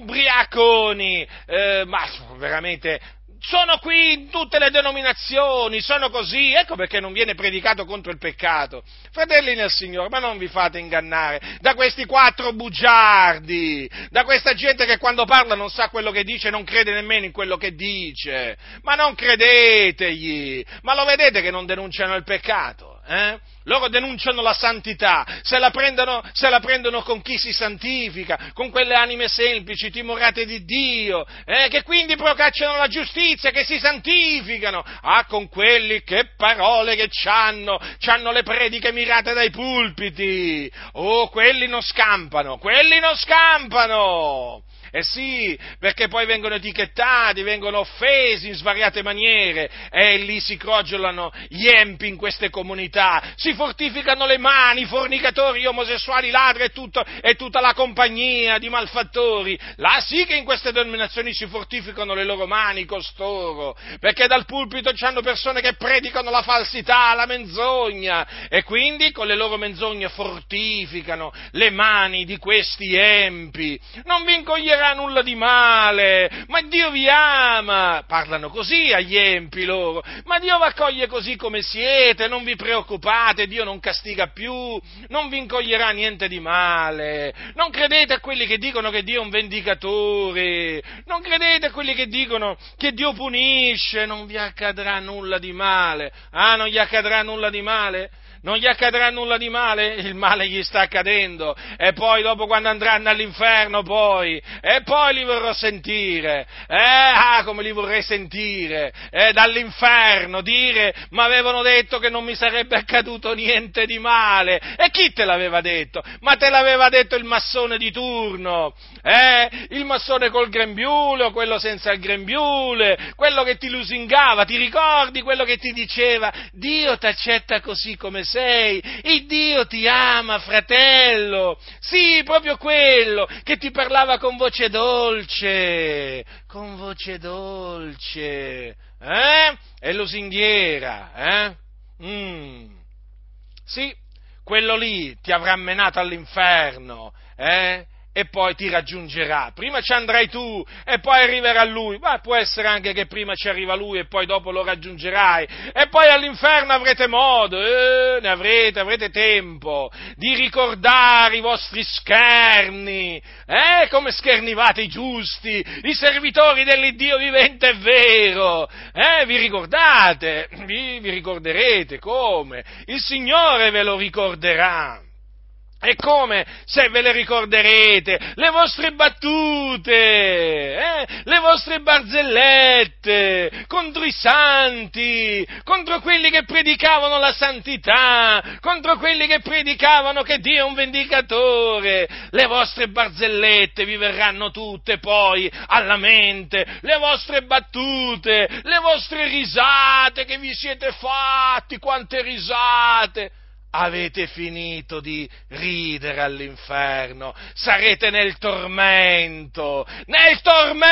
ubriaconi, eh, ma veramente sono qui in tutte le denominazioni, sono così, ecco perché non viene predicato contro il peccato. Fratelli nel Signore, ma non vi fate ingannare da questi quattro bugiardi, da questa gente che quando parla non sa quello che dice, non crede nemmeno in quello che dice, ma non credetegli, ma lo vedete che non denunciano il peccato, eh? Loro denunciano la santità, se la prendono, se la prendono con chi si santifica, con quelle anime semplici, timorate di Dio, eh, che quindi procacciano la giustizia, che si santificano. Ah, con quelli, che parole che c'hanno, c'hanno le prediche mirate dai pulpiti. Oh, quelli non scampano, quelli non scampano. Eh sì, perché poi vengono etichettati, vengono offesi in svariate maniere, e lì si crogiolano gli empi in queste comunità, si fortificano le mani, fornicatori, omosessuali, ladri e, tutto, e tutta la compagnia di malfattori. Là sì che in queste denominazioni si fortificano le loro mani costoro, perché dal pulpito c'hanno persone che predicano la falsità, la menzogna, e quindi con le loro menzogne fortificano le mani di questi empi. Non vi incoglierete nulla di male, ma Dio vi ama, parlano così agli empi loro, ma Dio vi accoglie così come siete, non vi preoccupate, Dio non castiga più, non vi incoglierà niente di male, non credete a quelli che dicono che Dio è un vendicatore, non credete a quelli che dicono che Dio punisce, non vi accadrà nulla di male. Ah, non gli accadrà nulla di male? Non gli accadrà nulla di male? Il male gli sta accadendo, e poi dopo quando andranno all'inferno poi, e poi li vorrò sentire, eh, ah, come li vorrei sentire, eh, dall'inferno dire, ma avevano detto che non mi sarebbe accaduto niente di male, e chi te l'aveva detto? Ma te l'aveva detto il massone di turno, eh, il massone col grembiule, o quello senza il grembiule, quello che ti lusingava, ti ricordi quello che ti diceva, Dio t'accetta così come sei, il Dio ti ama, fratello, sì, proprio quello, che ti parlava con voce dolce, con voce dolce, eh? E lusinghiera, eh? Mm. Sì, quello lì ti avrà menato all'inferno, eh? E poi ti raggiungerà. Prima ci andrai tu e poi arriverà lui, ma può essere anche che prima ci arriva lui e poi dopo lo raggiungerai, e poi all'inferno avrete modo, eh, ne avrete, avrete tempo di ricordare i vostri scherni, eh, come schernivate i giusti, i servitori dell'Iddio vivente e vero, eh, vi ricordate, vi, vi ricorderete come? Il Signore ve lo ricorderà. E come se ve le ricorderete? Le vostre battute, eh? Le vostre barzellette contro i santi, contro quelli che predicavano la santità, contro quelli che predicavano che Dio è un vendicatore. Le vostre barzellette vi verranno tutte poi alla mente, le vostre battute, le vostre risate che vi siete fatti, quante risate! Avete finito di ridere all'inferno, sarete nel tormento, nel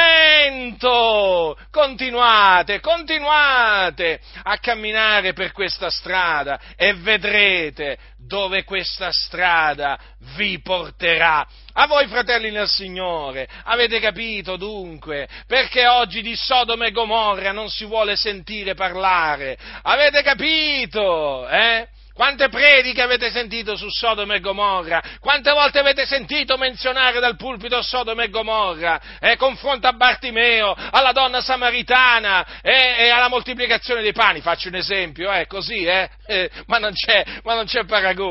tormento! Continuate, continuate a camminare per questa strada e vedrete dove questa strada vi porterà. A voi, fratelli nel Signore, avete capito dunque perché oggi di Sodoma e Gomorra non si vuole sentire parlare? Avete capito, eh? Quante prediche avete sentito su Sodoma e Gomorra? Quante volte avete sentito menzionare dal pulpito Sodoma e Gomorra? Eh, confronto a Bartimeo, alla donna samaritana eh, e alla moltiplicazione dei pani. Faccio un esempio, eh, così, eh, eh ma, non c'è, ma non c'è paragone.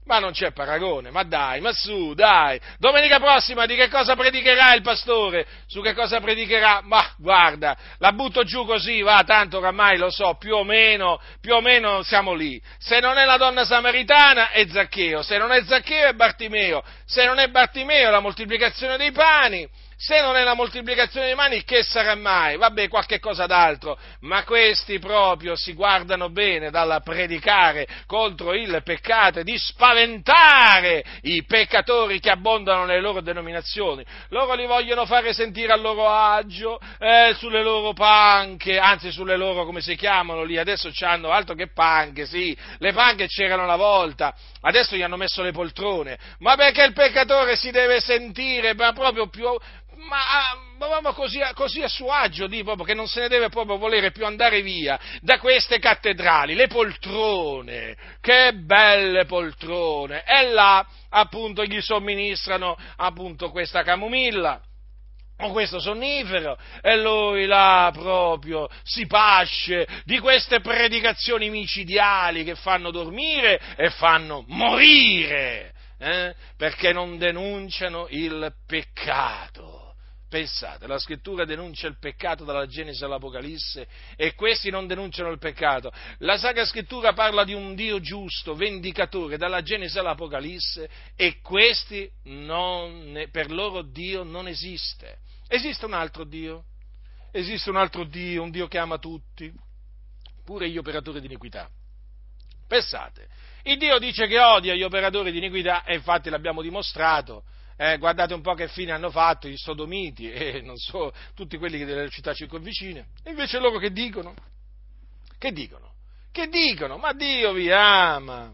Ma non c'è paragone, ma dai, ma su, dai. Domenica prossima di che cosa predicherà il pastore? Su che cosa predicherà? Ma guarda, la butto giù così, va, tanto oramai lo so, più o meno, più o meno siamo lì. Se non è la donna samaritana è Zaccheo, se non è Zaccheo è Bartimeo, se non è Bartimeo è la moltiplicazione dei pani. Se non è la moltiplicazione dei mani, che sarà mai? Vabbè, qualche cosa d'altro, ma questi proprio si guardano bene dal predicare contro il peccato e di spaventare i peccatori che abbondano nelle loro denominazioni. Loro li vogliono fare sentire a loro agio, eh, sulle loro panche, anzi sulle loro, come si chiamano lì, adesso c'hanno altro che panche, sì, le panche c'erano una volta, adesso gli hanno messo le poltrone, ma perché il peccatore si deve sentire, ma proprio più... ma, ma così, così a suo agio, di proprio, che non se ne deve proprio volere più andare via da queste cattedrali, le poltrone, che belle poltrone, e là appunto gli somministrano appunto questa camomilla o questo sonnifero, e lui là proprio si pasce di queste predicazioni micidiali che fanno dormire e fanno morire, eh? Perché non denunciano il peccato. Pensate, la scrittura denuncia il peccato dalla Genesi all'Apocalisse e questi non denunciano il peccato. La Sacra Scrittura parla di un Dio giusto, vendicatore, dalla Genesi all'Apocalisse, e questi non, per loro Dio non esiste. Esiste un altro Dio? Esiste un altro Dio, un Dio che ama tutti, pure gli operatori di iniquità. Pensate, il Dio dice che odia gli operatori di iniquità, e infatti l'abbiamo dimostrato. Eh, guardate un po' che fine hanno fatto i sodomiti e non so, tutti quelli delle città circonvicine. E invece loro che dicono? Che dicono? Che dicono? Ma Dio vi ama.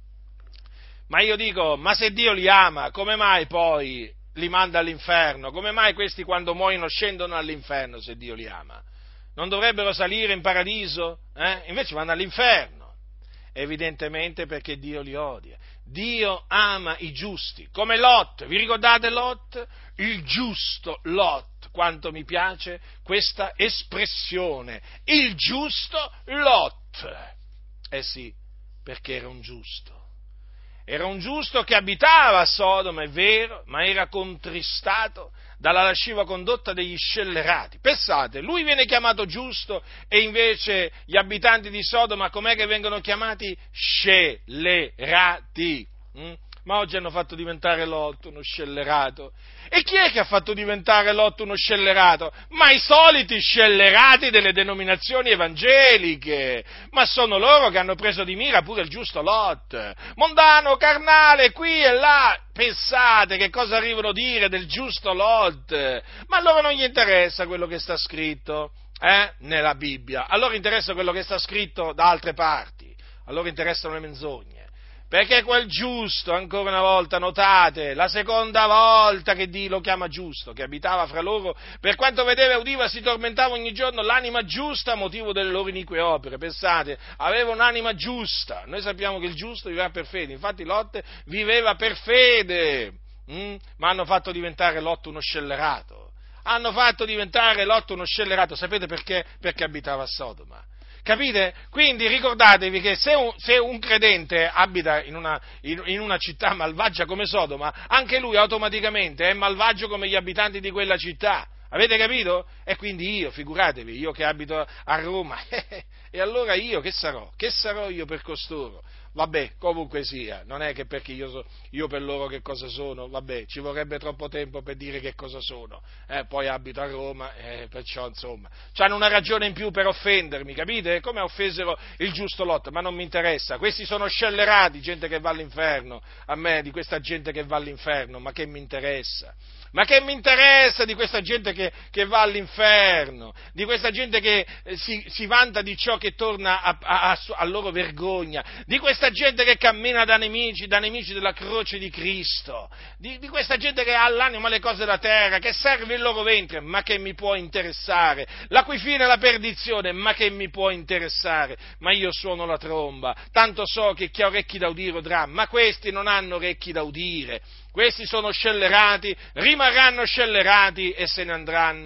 Ma io dico, ma se Dio li ama, come mai poi li manda all'inferno? Come mai questi quando muoiono scendono all'inferno se Dio li ama? Non dovrebbero salire in paradiso? Eh? Invece vanno all'inferno. Evidentemente perché Dio li odia. Dio ama i giusti, come Lot. Vi ricordate Lot? Il giusto Lot. Quanto mi piace questa espressione. Il giusto Lot. Eh sì, perché era un giusto. Era un giusto che abitava a Sodoma, è vero, ma era contristato dalla lasciva condotta degli scellerati. Pensate, lui viene chiamato giusto e invece gli abitanti di Sodoma com'è che vengono chiamati? Scellerati. Mm? Ma oggi hanno fatto diventare Lot uno scellerato. E chi è che ha fatto diventare Lot uno scellerato? Ma i soliti scellerati delle denominazioni evangeliche. Ma sono loro che hanno preso di mira pure il giusto Lot. Mondano, carnale, qui e là. Pensate che cosa arrivano a dire del giusto Lot. Ma a loro non gli interessa quello che sta scritto eh, nella Bibbia. A loro interessa quello che sta scritto da altre parti. A loro interessano le menzogne. Perché quel giusto, ancora una volta, notate, la seconda volta che Dio lo chiama giusto, che abitava fra loro, per quanto vedeva e udiva si tormentava ogni giorno l'anima giusta a motivo delle loro inique opere. Pensate, aveva un'anima giusta. Noi sappiamo che il giusto viveva per fede, infatti Lot viveva per fede, mm? ma hanno fatto diventare Lot uno scellerato. Hanno fatto diventare Lot uno scellerato, sapete perché? Perché abitava a Sodoma. Capite? Quindi ricordatevi che se un, se un credente abita in una, in, in una città malvagia come Sodoma, anche lui automaticamente è malvagio come gli abitanti di quella città. Avete capito? E quindi io, figuratevi, io che abito a Roma, e allora io che sarò? Che sarò io per costoro? Vabbè, comunque sia, non è che perché io, so, io per loro che cosa sono, vabbè, ci vorrebbe troppo tempo per dire che cosa sono, eh, poi abito a Roma, eh, perciò insomma, c'hanno una ragione in più per offendermi, capite? Come offesero il giusto Lot, ma non mi interessa, questi sono scellerati, gente che va all'inferno, a me di questa gente che va all'inferno, ma che mi interessa? Ma che mi interessa di questa gente che, che va all'inferno, di questa gente che eh, si, si vanta di ciò che torna a, a, a, a loro vergogna, di questa gente che cammina da nemici, da nemici della croce di Cristo, di, di questa gente che ha all'anima le cose della terra, che serve il loro ventre, ma che mi può interessare, la cui fine è la perdizione, ma che mi può interessare, ma io suono la tromba, tanto so che chi ha orecchi da udire udrà, ma questi non hanno orecchi da udire. Questi sono scellerati, rimarranno scellerati e se ne andranno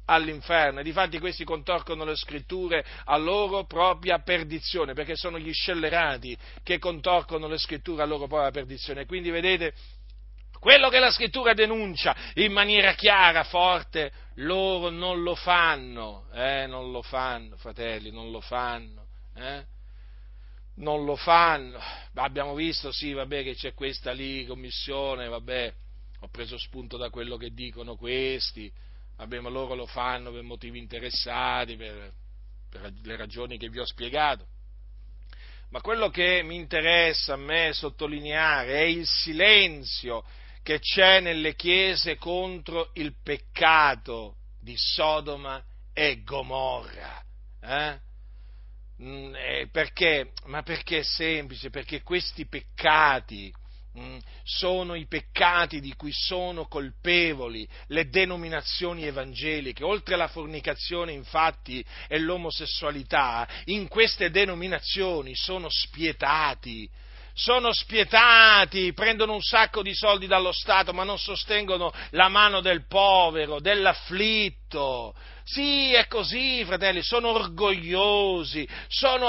all'inferno, e difatti questi contorcono le scritture a loro propria perdizione, perché sono gli scellerati che contorcono le scritture a loro propria perdizione. Quindi vedete, quello che la scrittura denuncia in maniera chiara, forte, loro non lo fanno, eh, non lo fanno, fratelli, non lo fanno, eh? Non lo fanno. Abbiamo visto, sì, vabbè, che c'è questa lì commissione, vabbè, ho preso spunto da quello che dicono questi, vabbè, ma loro lo fanno per motivi interessati, per, per le ragioni che vi ho spiegato. Ma quello che mi interessa a me sottolineare è il silenzio che c'è nelle chiese contro il peccato di Sodoma e Gomorra. Eh? Mm, eh, perché? Ma perché è semplice? Perché questi peccati mm, sono i peccati di cui sono colpevoli le denominazioni evangeliche. Oltre alla fornicazione, infatti, e l'omosessualità, in queste denominazioni sono spietati. Sono spietati, prendono un sacco di soldi dallo Stato, ma non sostengono la mano del povero, dell'afflitto. Sì, è così, fratelli, sono orgogliosi, sono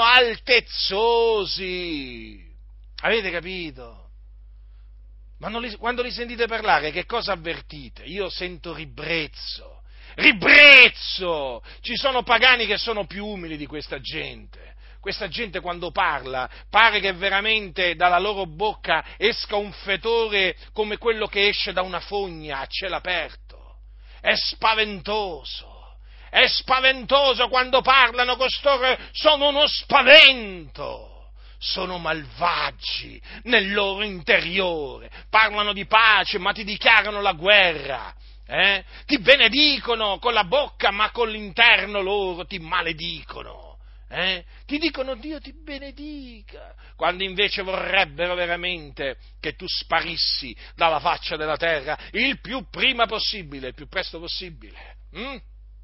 altezzosi. Avete capito? Ma non li, quando li sentite parlare, che cosa avvertite? Io sento ribrezzo, ribrezzo! Ci sono pagani che sono più umili di questa gente. Questa gente quando parla, pare che veramente dalla loro bocca esca un fetore come quello che esce da una fogna a cielo aperto. È spaventoso, è spaventoso quando parlano, costoro sono uno spavento, sono malvagi nel loro interiore, parlano di pace ma ti dichiarano la guerra. Eh? Ti benedicono con la bocca ma con l'interno loro ti maledicono. Eh? Ti dicono Dio ti benedica, quando invece vorrebbero veramente che tu sparissi dalla faccia della terra il più prima possibile, il più presto possibile. Mm?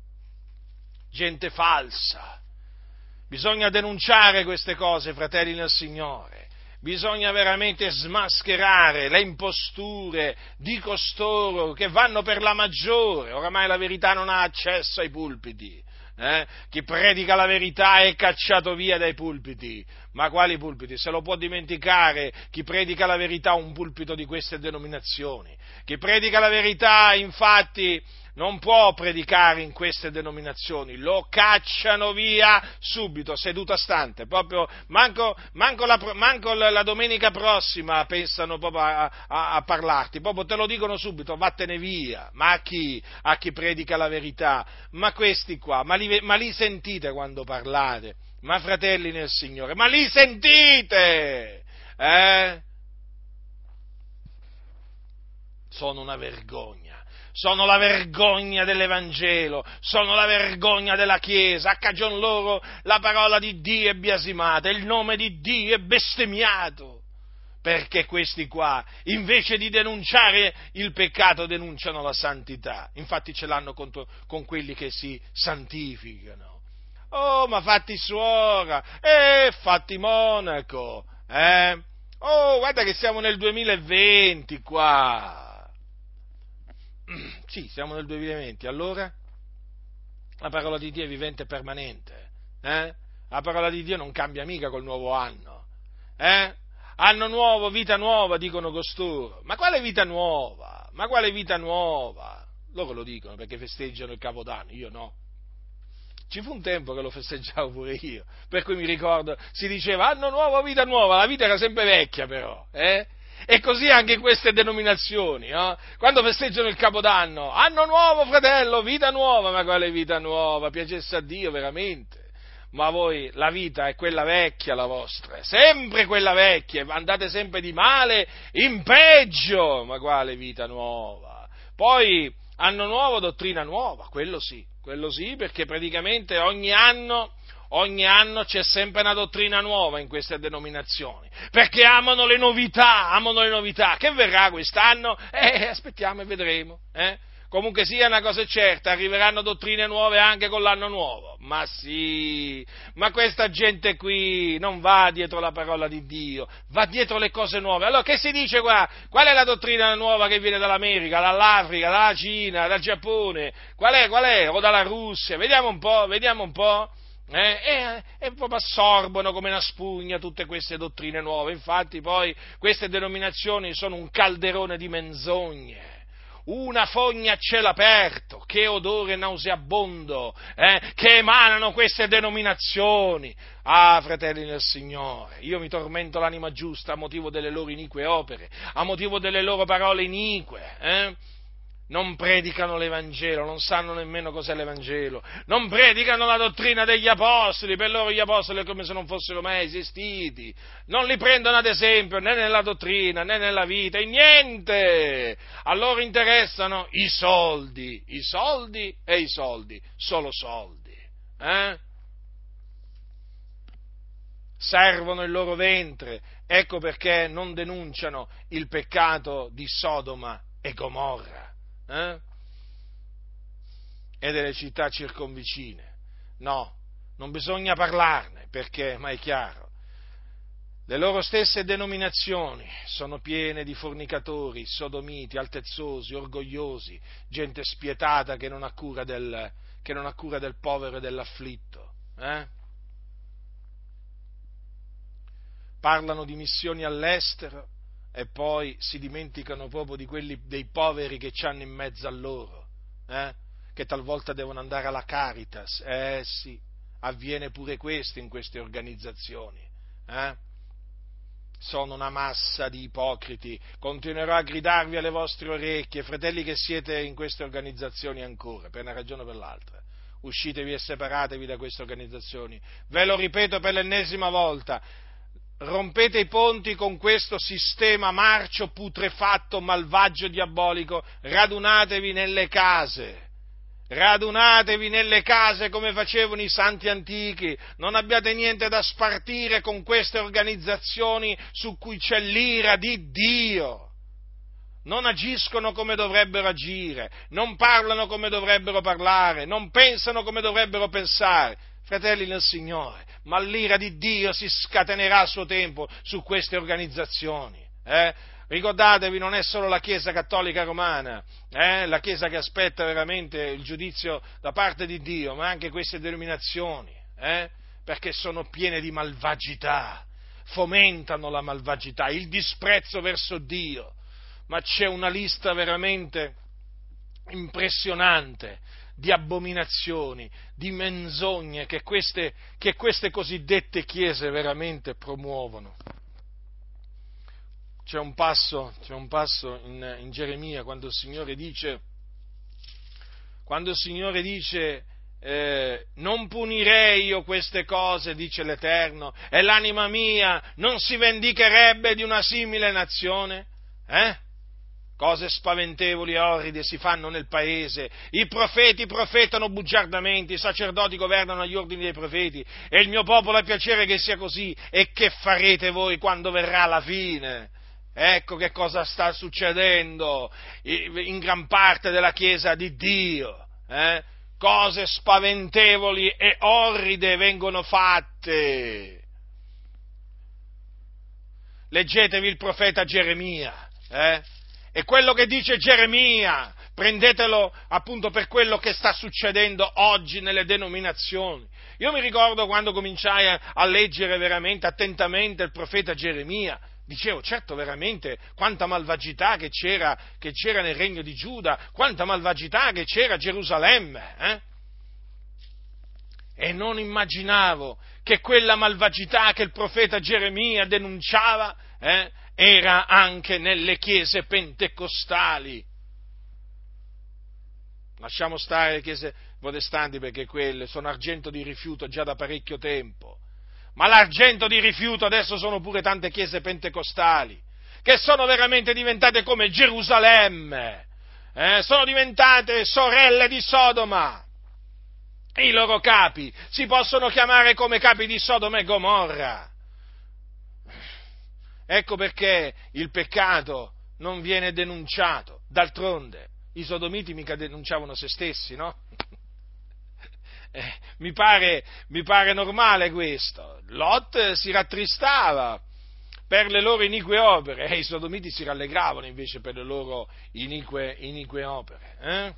Gente falsa. Bisogna denunciare queste cose, fratelli nel Signore. Bisogna veramente smascherare le imposture di costoro che vanno per la maggiore. Oramai la verità non ha accesso ai pulpiti. Eh? Chi predica la verità è cacciato via dai pulpiti. Ma quali pulpiti? Se lo può dimenticare chi predica la verità un pulpito di queste denominazioni. Chi predica la verità, infatti, non può predicare in queste denominazioni, lo cacciano via subito, seduta stante, proprio manco, manco, la, manco la domenica prossima pensano proprio a, a, a parlarti, proprio te lo dicono subito, vattene via. Ma a chi? A chi predica la verità? Ma questi qua, ma li, ma li sentite quando parlate? Ma fratelli nel Signore, ma li sentite? Eh? Sono una vergogna. Sono la vergogna dell'Evangelo, sono la vergogna della Chiesa, a cagion loro la parola di Dio è biasimata, il nome di Dio è bestemmiato, perché questi qua, invece di denunciare il peccato, denunciano la santità, infatti ce l'hanno contro, con quelli che si santificano. Oh, ma fatti suora, eh, fatti monaco, eh? Oh, guarda che siamo nel duemilaventi qua. Sì, siamo nel duemilaventi, allora la parola di Dio è vivente e permanente, eh? La parola di Dio non cambia mica col nuovo anno, eh? Anno nuovo, vita nuova, dicono costoro. Ma quale vita nuova? Ma quale vita nuova? Loro lo dicono perché festeggiano il Capodanno, io no. Ci fu un tempo che lo festeggiavo pure io, per cui mi ricordo, si diceva anno nuovo, vita nuova, la vita era sempre vecchia però, eh? E così anche in queste denominazioni, no? Quando festeggiano il Capodanno, anno nuovo fratello, vita nuova, ma quale vita nuova? Piacesse a Dio veramente. Ma voi, la vita è quella vecchia la vostra, è sempre quella vecchia, andate sempre di male in peggio, ma quale vita nuova? Poi, anno nuovo, dottrina nuova, quello sì, quello sì, perché praticamente ogni anno... Ogni anno c'è sempre una dottrina nuova in queste denominazioni, perché amano le novità, amano le novità. Che verrà quest'anno? Eh, aspettiamo e vedremo. Eh? comunque sia, una cosa è certa, arriveranno dottrine nuove anche con l'anno nuovo. Ma sì, ma questa gente qui non va dietro la parola di Dio, va dietro le cose nuove. Allora, che si dice qua? Qual è la dottrina nuova che viene dall'America, dall'Africa, dalla Cina, dal Giappone? Qual è, qual è? O dalla Russia? Vediamo un po', vediamo un po'. Eh, e, e proprio assorbono come una spugna tutte queste dottrine nuove. Infatti poi queste denominazioni sono un calderone di menzogne, una fogna a cielo aperto, che odore nauseabondo eh, che emanano queste denominazioni. Ah, fratelli nel Signore, io mi tormento l'anima giusta a motivo delle loro inique opere, a motivo delle loro parole inique, eh? Non predicano l'Evangelo, non sanno nemmeno cos'è l'Evangelo, non predicano la dottrina degli apostoli, per loro gli apostoli è come se non fossero mai esistiti, non li prendono ad esempio né nella dottrina né nella vita, in niente, a loro interessano i soldi, i soldi e i soldi, solo soldi, eh? Servono il loro ventre, ecco perché non denunciano il peccato di Sodoma e Gomorra. Eh? E delle città circonvicine. No, non bisogna parlarne, perché, ma è chiaro, le loro stesse denominazioni sono piene di fornicatori, sodomiti, altezzosi, orgogliosi, gente spietata che non ha cura del, che non ha cura del povero e dell'afflitto. Eh? Parlano di missioni all'estero e poi si dimenticano proprio di quelli, dei poveri che c'hanno in mezzo a loro, eh? Che talvolta devono andare alla Caritas. Eh sì, avviene pure questo in queste organizzazioni. Eh? Sono una massa di ipocriti. Continuerò a gridarvi alle vostre orecchie, fratelli che siete in queste organizzazioni ancora, per una ragione o per l'altra. Uscitevi e separatevi da queste organizzazioni. Ve lo ripeto per l'ennesima volta. Rompete i ponti con questo sistema marcio, putrefatto, malvagio, diabolico, radunatevi nelle case, radunatevi nelle case come facevano i santi antichi, non abbiate niente da spartire con queste organizzazioni su cui c'è l'ira di Dio. Non agiscono come dovrebbero agire, non parlano come dovrebbero parlare, non pensano come dovrebbero pensare. Fratelli nel Signore, ma l'ira di Dio si scatenerà a suo tempo su queste organizzazioni. Eh? Ricordatevi, non è solo la Chiesa Cattolica Romana, eh? la Chiesa che aspetta veramente il giudizio da parte di Dio, ma anche queste denominazioni, eh? perché sono piene di malvagità, fomentano la malvagità, il disprezzo verso Dio, ma c'è una lista veramente impressionante di abominazioni, di menzogne che queste, che queste cosiddette chiese veramente promuovono. C'è un passo, c'è un passo in, in Geremia quando il Signore dice, quando il Signore dice eh, non punirei io queste cose, dice l'Eterno, e l'anima mia non si vendicherebbe di una simile nazione, eh? Cose spaventevoli e orride si fanno nel paese, i profeti profetano bugiardamente, i sacerdoti governano agli ordini dei profeti, e il mio popolo ha piacere che sia così. E che farete voi quando verrà la fine? Ecco che cosa sta succedendo in gran parte della Chiesa di Dio. Eh? Cose spaventevoli e orride vengono fatte. Leggetevi il profeta Geremia, eh? E quello che dice Geremia, prendetelo appunto per quello che sta succedendo oggi nelle denominazioni. Io mi ricordo quando cominciai a, a leggere veramente attentamente il profeta Geremia, dicevo, certo, veramente, quanta malvagità che c'era, che c'era nel regno di Giuda, quanta malvagità che c'era a Gerusalemme, eh? E non immaginavo che quella malvagità che il profeta Geremia denunciava, eh, era anche nelle chiese pentecostali. Lasciamo stare le chiese protestanti perché quelle sono argento di rifiuto già da parecchio tempo, ma l'argento di rifiuto adesso sono pure tante chiese pentecostali che sono veramente diventate come Gerusalemme, eh, sono diventate sorelle di Sodoma. I loro capi si possono chiamare come capi di Sodoma e Gomorra. Ecco perché il peccato non viene denunciato. D'altronde, I sodomiti mica denunciavano se stessi, no? eh, mi pare, mi pare normale questo. Lot si rattristava per le loro inique opere e i sodomiti si rallegravano invece per le loro inique, inique opere. Eh?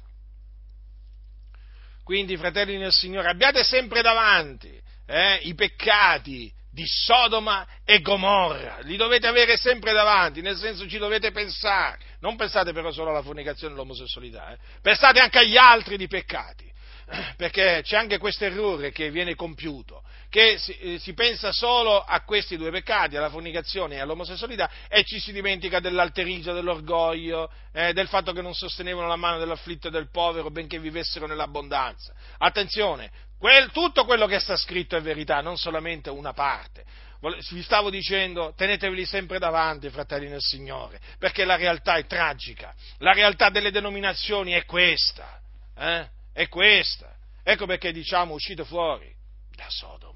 Quindi, fratelli nel Signore, abbiate sempre davanti eh, i peccati di Sodoma e Gomorra, li dovete avere sempre davanti, nel senso ci dovete pensare, non pensate però solo alla fornicazione e all'omosessualità, eh, pensate anche agli altri di peccati, perché c'è anche questo errore che viene compiuto, che si, eh, si pensa solo a questi due peccati, alla fornicazione e all'omosessualità, e ci si dimentica dell'alterigia, dell'orgoglio, eh, del fatto che non sostenevano la mano dell'afflitto e del povero, benché vivessero nell'abbondanza. Attenzione, quel, tutto quello che sta scritto è verità, non solamente una parte. Vi stavo dicendo, teneteveli sempre davanti, fratelli nel Signore, perché la realtà è tragica, la realtà delle denominazioni è questa, eh? È questa. Ecco perché diciamo uscite fuori da Sodoma.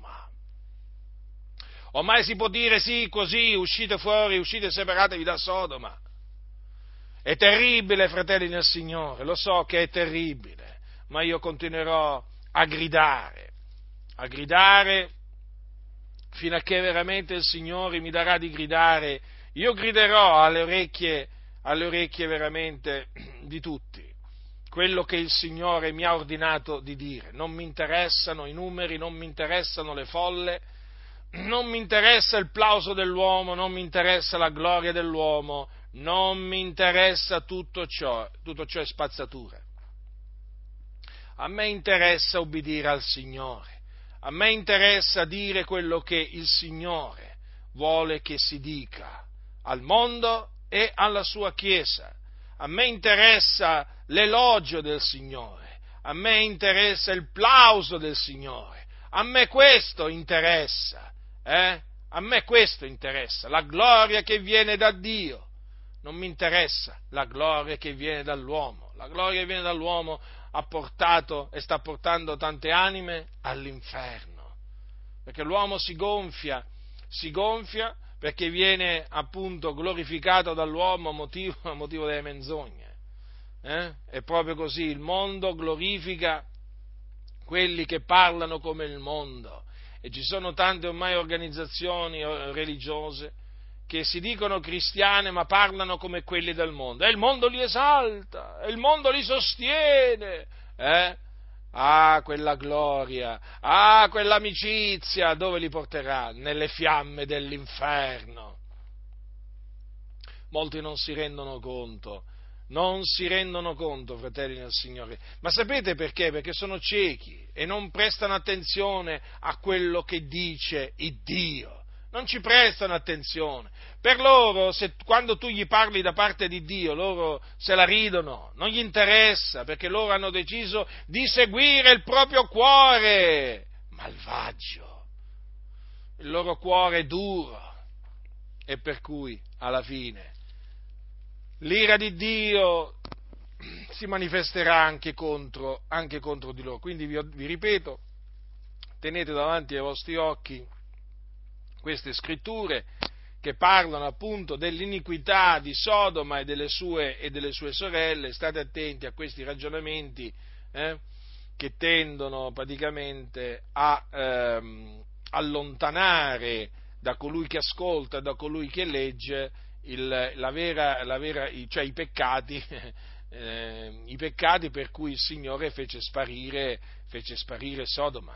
Ormai si può dire sì, così, uscite fuori, uscite, separatevi da Sodoma. È terribile, fratelli nel Signore, lo so che è terribile, ma io continuerò a gridare, a gridare fino a che veramente il Signore mi darà di gridare. Io griderò alle orecchie, alle orecchie veramente di tutti quello che il Signore mi ha ordinato di dire. Non mi interessano i numeri, non mi interessano le folle, non mi interessa il plauso dell'uomo, non mi interessa la gloria dell'uomo, non mi interessa tutto ciò, tutto ciò è spazzatura. A me interessa obbedire al Signore, a me interessa dire quello che il Signore vuole che si dica al mondo e alla sua Chiesa. A me interessa l'elogio del Signore, a me interessa il plauso del Signore, a me questo interessa, eh? A me questo interessa, la gloria che viene da Dio, non mi interessa la gloria che viene dall'uomo, la gloria che viene dall'uomo ha portato e sta portando tante anime all'inferno, perché l'uomo si gonfia, si gonfia perché viene appunto glorificato dall'uomo a motivo, a motivo delle menzogne. Eh? È proprio così, il mondo glorifica quelli che parlano come il mondo, e ci sono tante ormai organizzazioni religiose che si dicono cristiane ma parlano come quelli del mondo, e il mondo li esalta, e il mondo li sostiene, eh? Ah, quella gloria, ah, quell'amicizia, dove li porterà? Nelle fiamme dell'inferno. Molti non si rendono conto, non si rendono conto, fratelli nel Signore, ma sapete perché? Perché sono ciechi e non prestano attenzione a quello che dice il Dio. Non ci prestano attenzione. Per loro, se, quando tu gli parli da parte di Dio, loro se la ridono, non gli interessa, perché loro hanno deciso di seguire il proprio cuore malvagio. Il loro cuore è duro, e per cui, alla fine, l'ira di Dio si manifesterà anche contro, anche contro di loro. Quindi vi, vi ripeto, tenete davanti ai vostri occhi queste scritture che parlano appunto dell'iniquità di Sodoma e delle sue, e delle sue sorelle. State attenti a questi ragionamenti eh, che tendono praticamente a ehm, allontanare da colui che ascolta, da colui che legge, il, la vera, la vera, cioè i peccati, eh, i peccati per cui il Signore fece sparire, fece sparire Sodoma.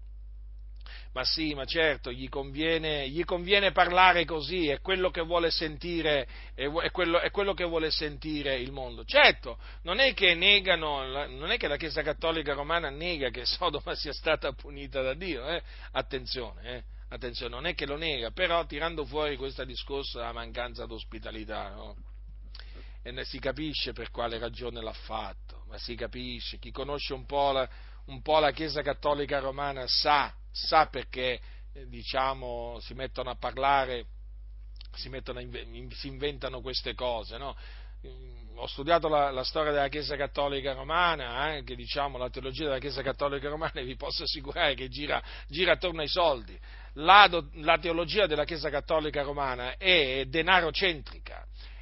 Ma sì, ma certo, gli conviene, gli conviene parlare così, è quello che vuole sentire, è, è, quello, è quello che vuole sentire il mondo. Certo, non è che negano, non è che la Chiesa Cattolica Romana nega che Sodoma sia stata punita da Dio, eh? Attenzione, eh? Attenzione, non è che lo nega, però tirando fuori questo discorso della mancanza d'ospitalità, no? E si capisce per quale ragione l'ha fatto, ma si capisce, chi conosce un po' la, un po' la Chiesa Cattolica Romana sa, sa perché, eh, diciamo, si mettono a parlare, si, mettono a inve- si inventano queste cose, no? Ho studiato la, la storia della Chiesa Cattolica Romana, anche, diciamo, la teologia della Chiesa Cattolica Romana, e vi posso assicurare che gira, gira attorno ai soldi. La, la teologia della Chiesa Cattolica Romana è denaro centrica,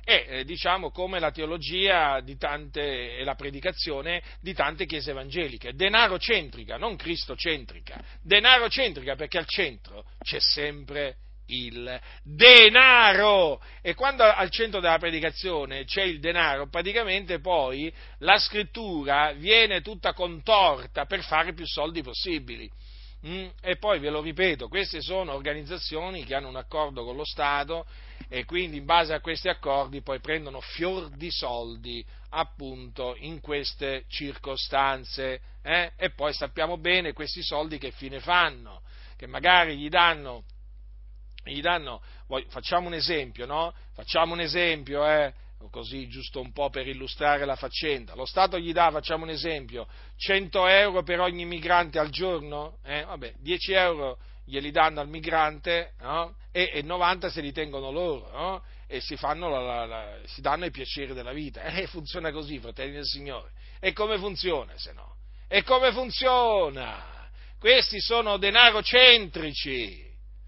è eh, diciamo come la teologia di tante e la predicazione di tante chiese evangeliche, denarocentrica, non cristocentrica, denarocentrica, perché al centro c'è sempre il denaro, e quando al centro della predicazione c'è il denaro, praticamente poi la scrittura viene tutta contorta per fare più soldi possibili. Mm? E poi ve lo ripeto, queste sono organizzazioni che hanno un accordo con lo Stato e quindi in base a questi accordi poi prendono fior di soldi appunto in queste circostanze, eh? E poi sappiamo bene questi soldi che fine fanno, che magari gli danno gli danno, facciamo un esempio, no? Facciamo un esempio, eh? Così giusto un po' per illustrare la faccenda. Lo Stato gli dà, facciamo un esempio, cento euro per ogni migrante al giorno, eh? Vabbè, dieci euro glieli danno al migrante, no? e, e novanta se li tengono loro, no? E si, fanno la, la, la, si danno i piaceri della vita. Eh, funziona così, fratelli del Signore. E come funziona, se no? E come funziona? Questi sono denarocentrici.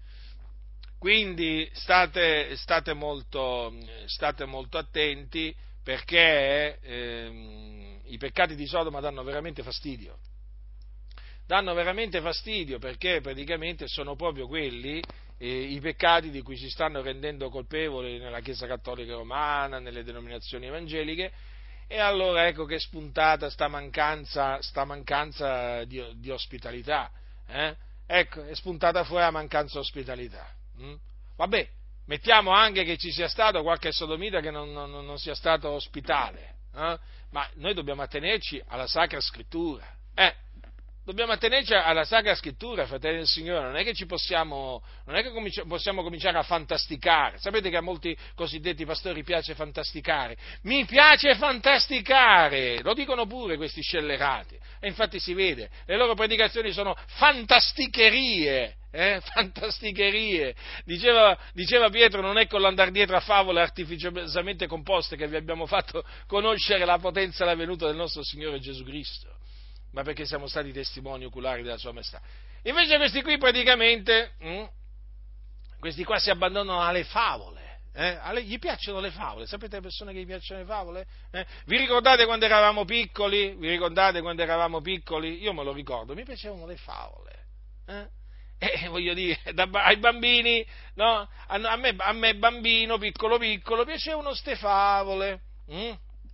Quindi state, state, molto, state molto attenti, perché ehm, i peccati di Sodoma danno veramente fastidio. Danno veramente fastidio perché praticamente sono proprio quelli eh, i peccati di cui si stanno rendendo colpevoli nella Chiesa Cattolica Romana, nelle denominazioni evangeliche, e allora ecco che è spuntata sta mancanza, sta mancanza di, di ospitalità. Eh? Ecco, è spuntata fuori la mancanza di ospitalità. Mm? Vabbè, mettiamo anche che ci sia stato qualche sodomita che non, non, non sia stato ospitale, eh? Ma noi dobbiamo attenerci alla Sacra Scrittura, eh? Dobbiamo attenerci alla Sacra Scrittura, fratelli del Signore, non è che ci possiamo, non è che cominci- possiamo cominciare a fantasticare. Sapete che a molti cosiddetti pastori piace fantasticare? Mi piace fantasticare, lo dicono pure questi scellerati, e infatti si vede, le loro predicazioni sono fantasticherie, eh? Fantasticherie. Diceva, diceva Pietro, non è con l'andare dietro a favole artificiosamente composte che vi abbiamo fatto conoscere la potenza e la venuta del nostro Signore Gesù Cristo, ma perché siamo stati testimoni oculari della sua maestà. Invece questi qui praticamente, hm, questi qua si abbandonano alle favole, eh? alle, gli piacciono le favole, sapete le persone che gli piacciono le favole? Eh? Vi ricordate quando eravamo piccoli? Vi ricordate quando eravamo piccoli? Io me lo ricordo, mi piacevano le favole, eh? E voglio dire, da, ai bambini, no? A, a, me, a me bambino, piccolo piccolo, piacevano ste favole, hm?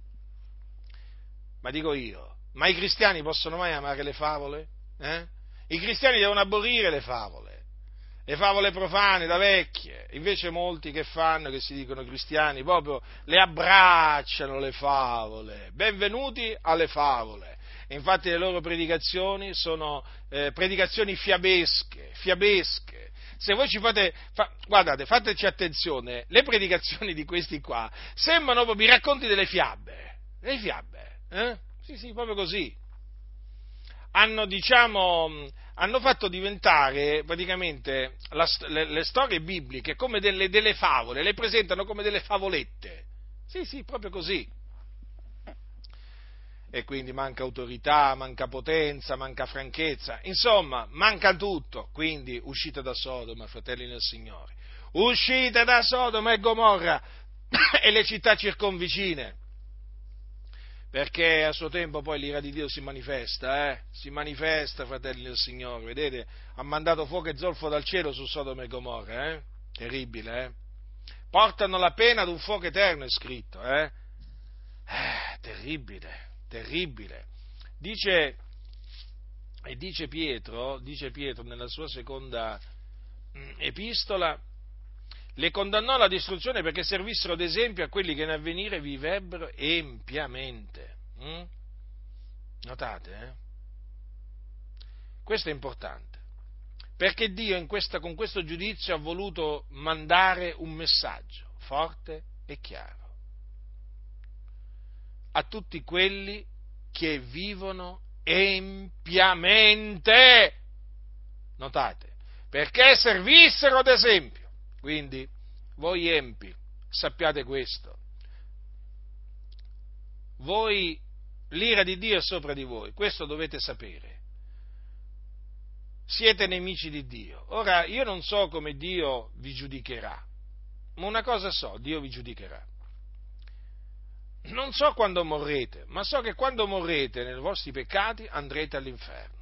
Ma dico io, ma i cristiani possono mai amare le favole? Eh? I cristiani devono aborrire le favole, le favole profane da vecchie, invece molti che fanno, che si dicono cristiani, proprio le abbracciano le favole, benvenuti alle favole. E infatti le loro predicazioni sono eh, predicazioni fiabesche, fiabesche. Se voi ci fate, fa, guardate, fateci attenzione, le predicazioni di questi qua sembrano proprio i racconti delle fiabe, delle fiabe, eh? Sì, sì, proprio così. Hanno, diciamo, hanno fatto diventare praticamente la, le, le storie bibliche come delle, delle favole, le presentano come delle favolette. Sì, sì, proprio così. E quindi manca autorità, manca potenza, manca franchezza, insomma, manca tutto. Quindi uscite da Sodoma, fratelli nel Signore, uscite da Sodoma e Gomorra e le città circonvicine, perché a suo tempo poi l'ira di Dio si manifesta, eh? si manifesta, fratelli del Signore, vedete, ha mandato fuoco e zolfo dal cielo su Sodoma e Gomorra, eh? Terribile, eh? Portano la pena ad un fuoco eterno, è scritto, eh? Eh, terribile. Terribile. Dice, e dice Pietro, dice Pietro nella sua seconda epistola, le condannò alla distruzione perché servissero d'esempio a quelli che in avvenire vivrebbero empiamente. Mm? Notate, eh? Questo è importante, perché Dio in questa, con questo giudizio ha voluto mandare un messaggio forte e chiaro a tutti quelli che vivono empiamente, notate, perché servissero d'esempio. Quindi, voi empi, sappiate questo, voi, l'ira di Dio è sopra di voi, questo dovete sapere, siete nemici di Dio. Ora, io non so come Dio vi giudicherà, ma una cosa so, Dio vi giudicherà. non so quando morrete, ma so che quando morrete nei vostri peccati andrete all'inferno.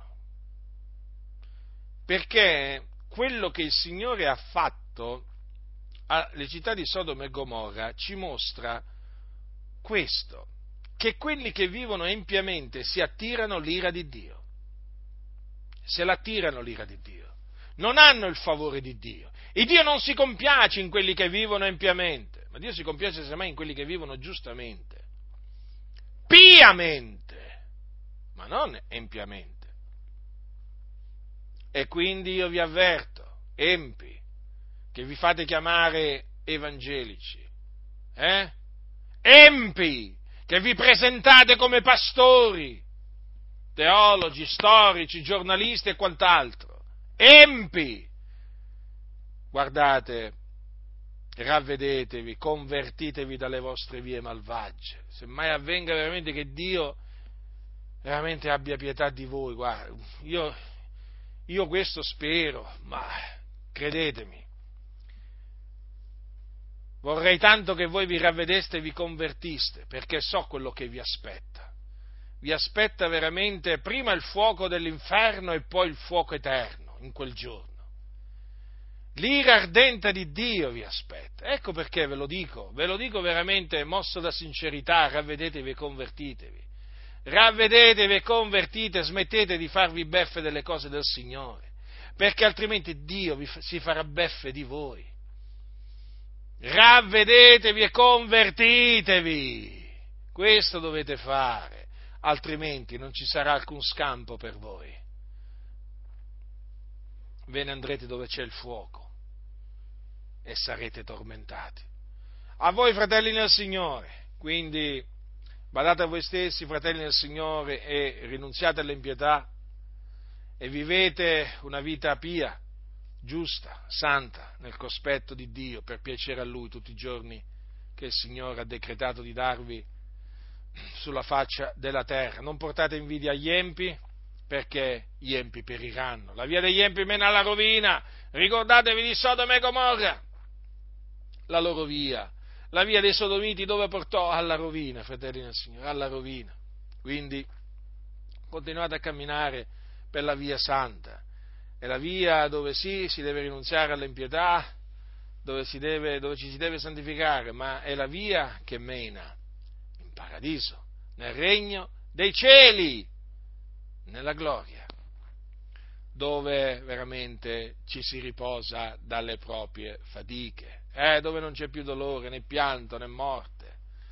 Perché quello che il Signore ha fatto alle città di Sodoma e Gomorra ci mostra questo, che quelli che vivono empiamente si attirano l'ira di Dio, se l'attirano l'ira di Dio, non hanno il favore di Dio. E Dio non si compiace in quelli che vivono empiamente, ma Dio si compiace semmai in quelli che vivono giustamente, piamente, ma non empiamente. E quindi io vi avverto, empi, che vi fate chiamare evangelici, eh? Empi, che vi presentate come pastori, teologi, storici, giornalisti e quant'altro, empi, guardate, ravvedetevi, convertitevi dalle vostre vie malvagie, semmai avvenga veramente che Dio veramente abbia pietà di voi, guarda, io, io questo spero, ma credetemi, vorrei tanto che voi vi ravvedeste e vi convertiste, perché so quello che vi aspetta. Vi aspetta veramente prima il fuoco dell'inferno e poi il fuoco eterno in quel giorno. L'ira ardente di Dio vi aspetta. Ecco perché ve lo dico, ve lo dico veramente mosso da sincerità, ravvedetevi e convertitevi. Ravvedetevi e convertite, smettete di farvi beffe delle cose del Signore, perché altrimenti Dio vi, si farà beffe di voi. Ravvedetevi e convertitevi, questo dovete fare, altrimenti non ci sarà alcun scampo per voi. Ve ne andrete dove c'è il fuoco e sarete tormentati. A voi, fratelli nel Signore, quindi badate a voi stessi, fratelli nel Signore, e rinunziate all'impietà e vivete una vita pia, giusta, santa, nel cospetto di Dio, per piacere a Lui tutti i giorni che il Signore ha decretato di darvi sulla faccia della terra. Non portate invidia agli empi, perché gli empi periranno. La via degli empi mena alla rovina. Ricordatevi di Sodoma e Gomorra, la loro via. La via dei sodomiti dove portò? Alla rovina, fratelli del Signore, alla rovina. Quindi continuate a camminare per la via santa. È la via dove sì, si deve rinunziare all'impietà, dove, si deve, dove ci si deve santificare, ma è la via che mena in paradiso, nel regno dei cieli, nella gloria, dove veramente ci si riposa dalle proprie fatiche, eh, dove non c'è più dolore, né pianto, né morte.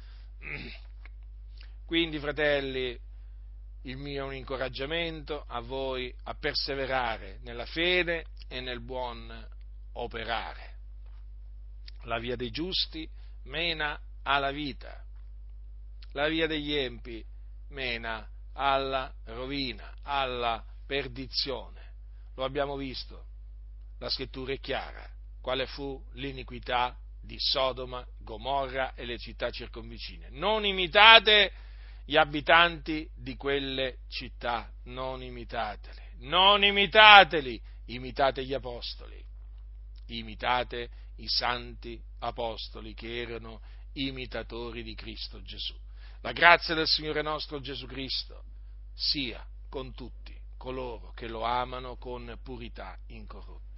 Quindi, fratelli, il mio è un incoraggiamento a voi a perseverare nella fede e nel buon operare. La via dei giusti mena alla vita, la via degli empi mena alla rovina, alla perdizione. Lo abbiamo visto, la scrittura è chiara, quale fu l'iniquità di Sodoma, Gomorra e le città circonvicine. Non imitate gli abitanti di quelle città, non imitateli, non imitateli, imitate gli apostoli, imitate i santi apostoli che erano imitatori di Cristo Gesù. La grazia del Signore nostro Gesù Cristo sia con tutti coloro che lo amano con purità incorrotta.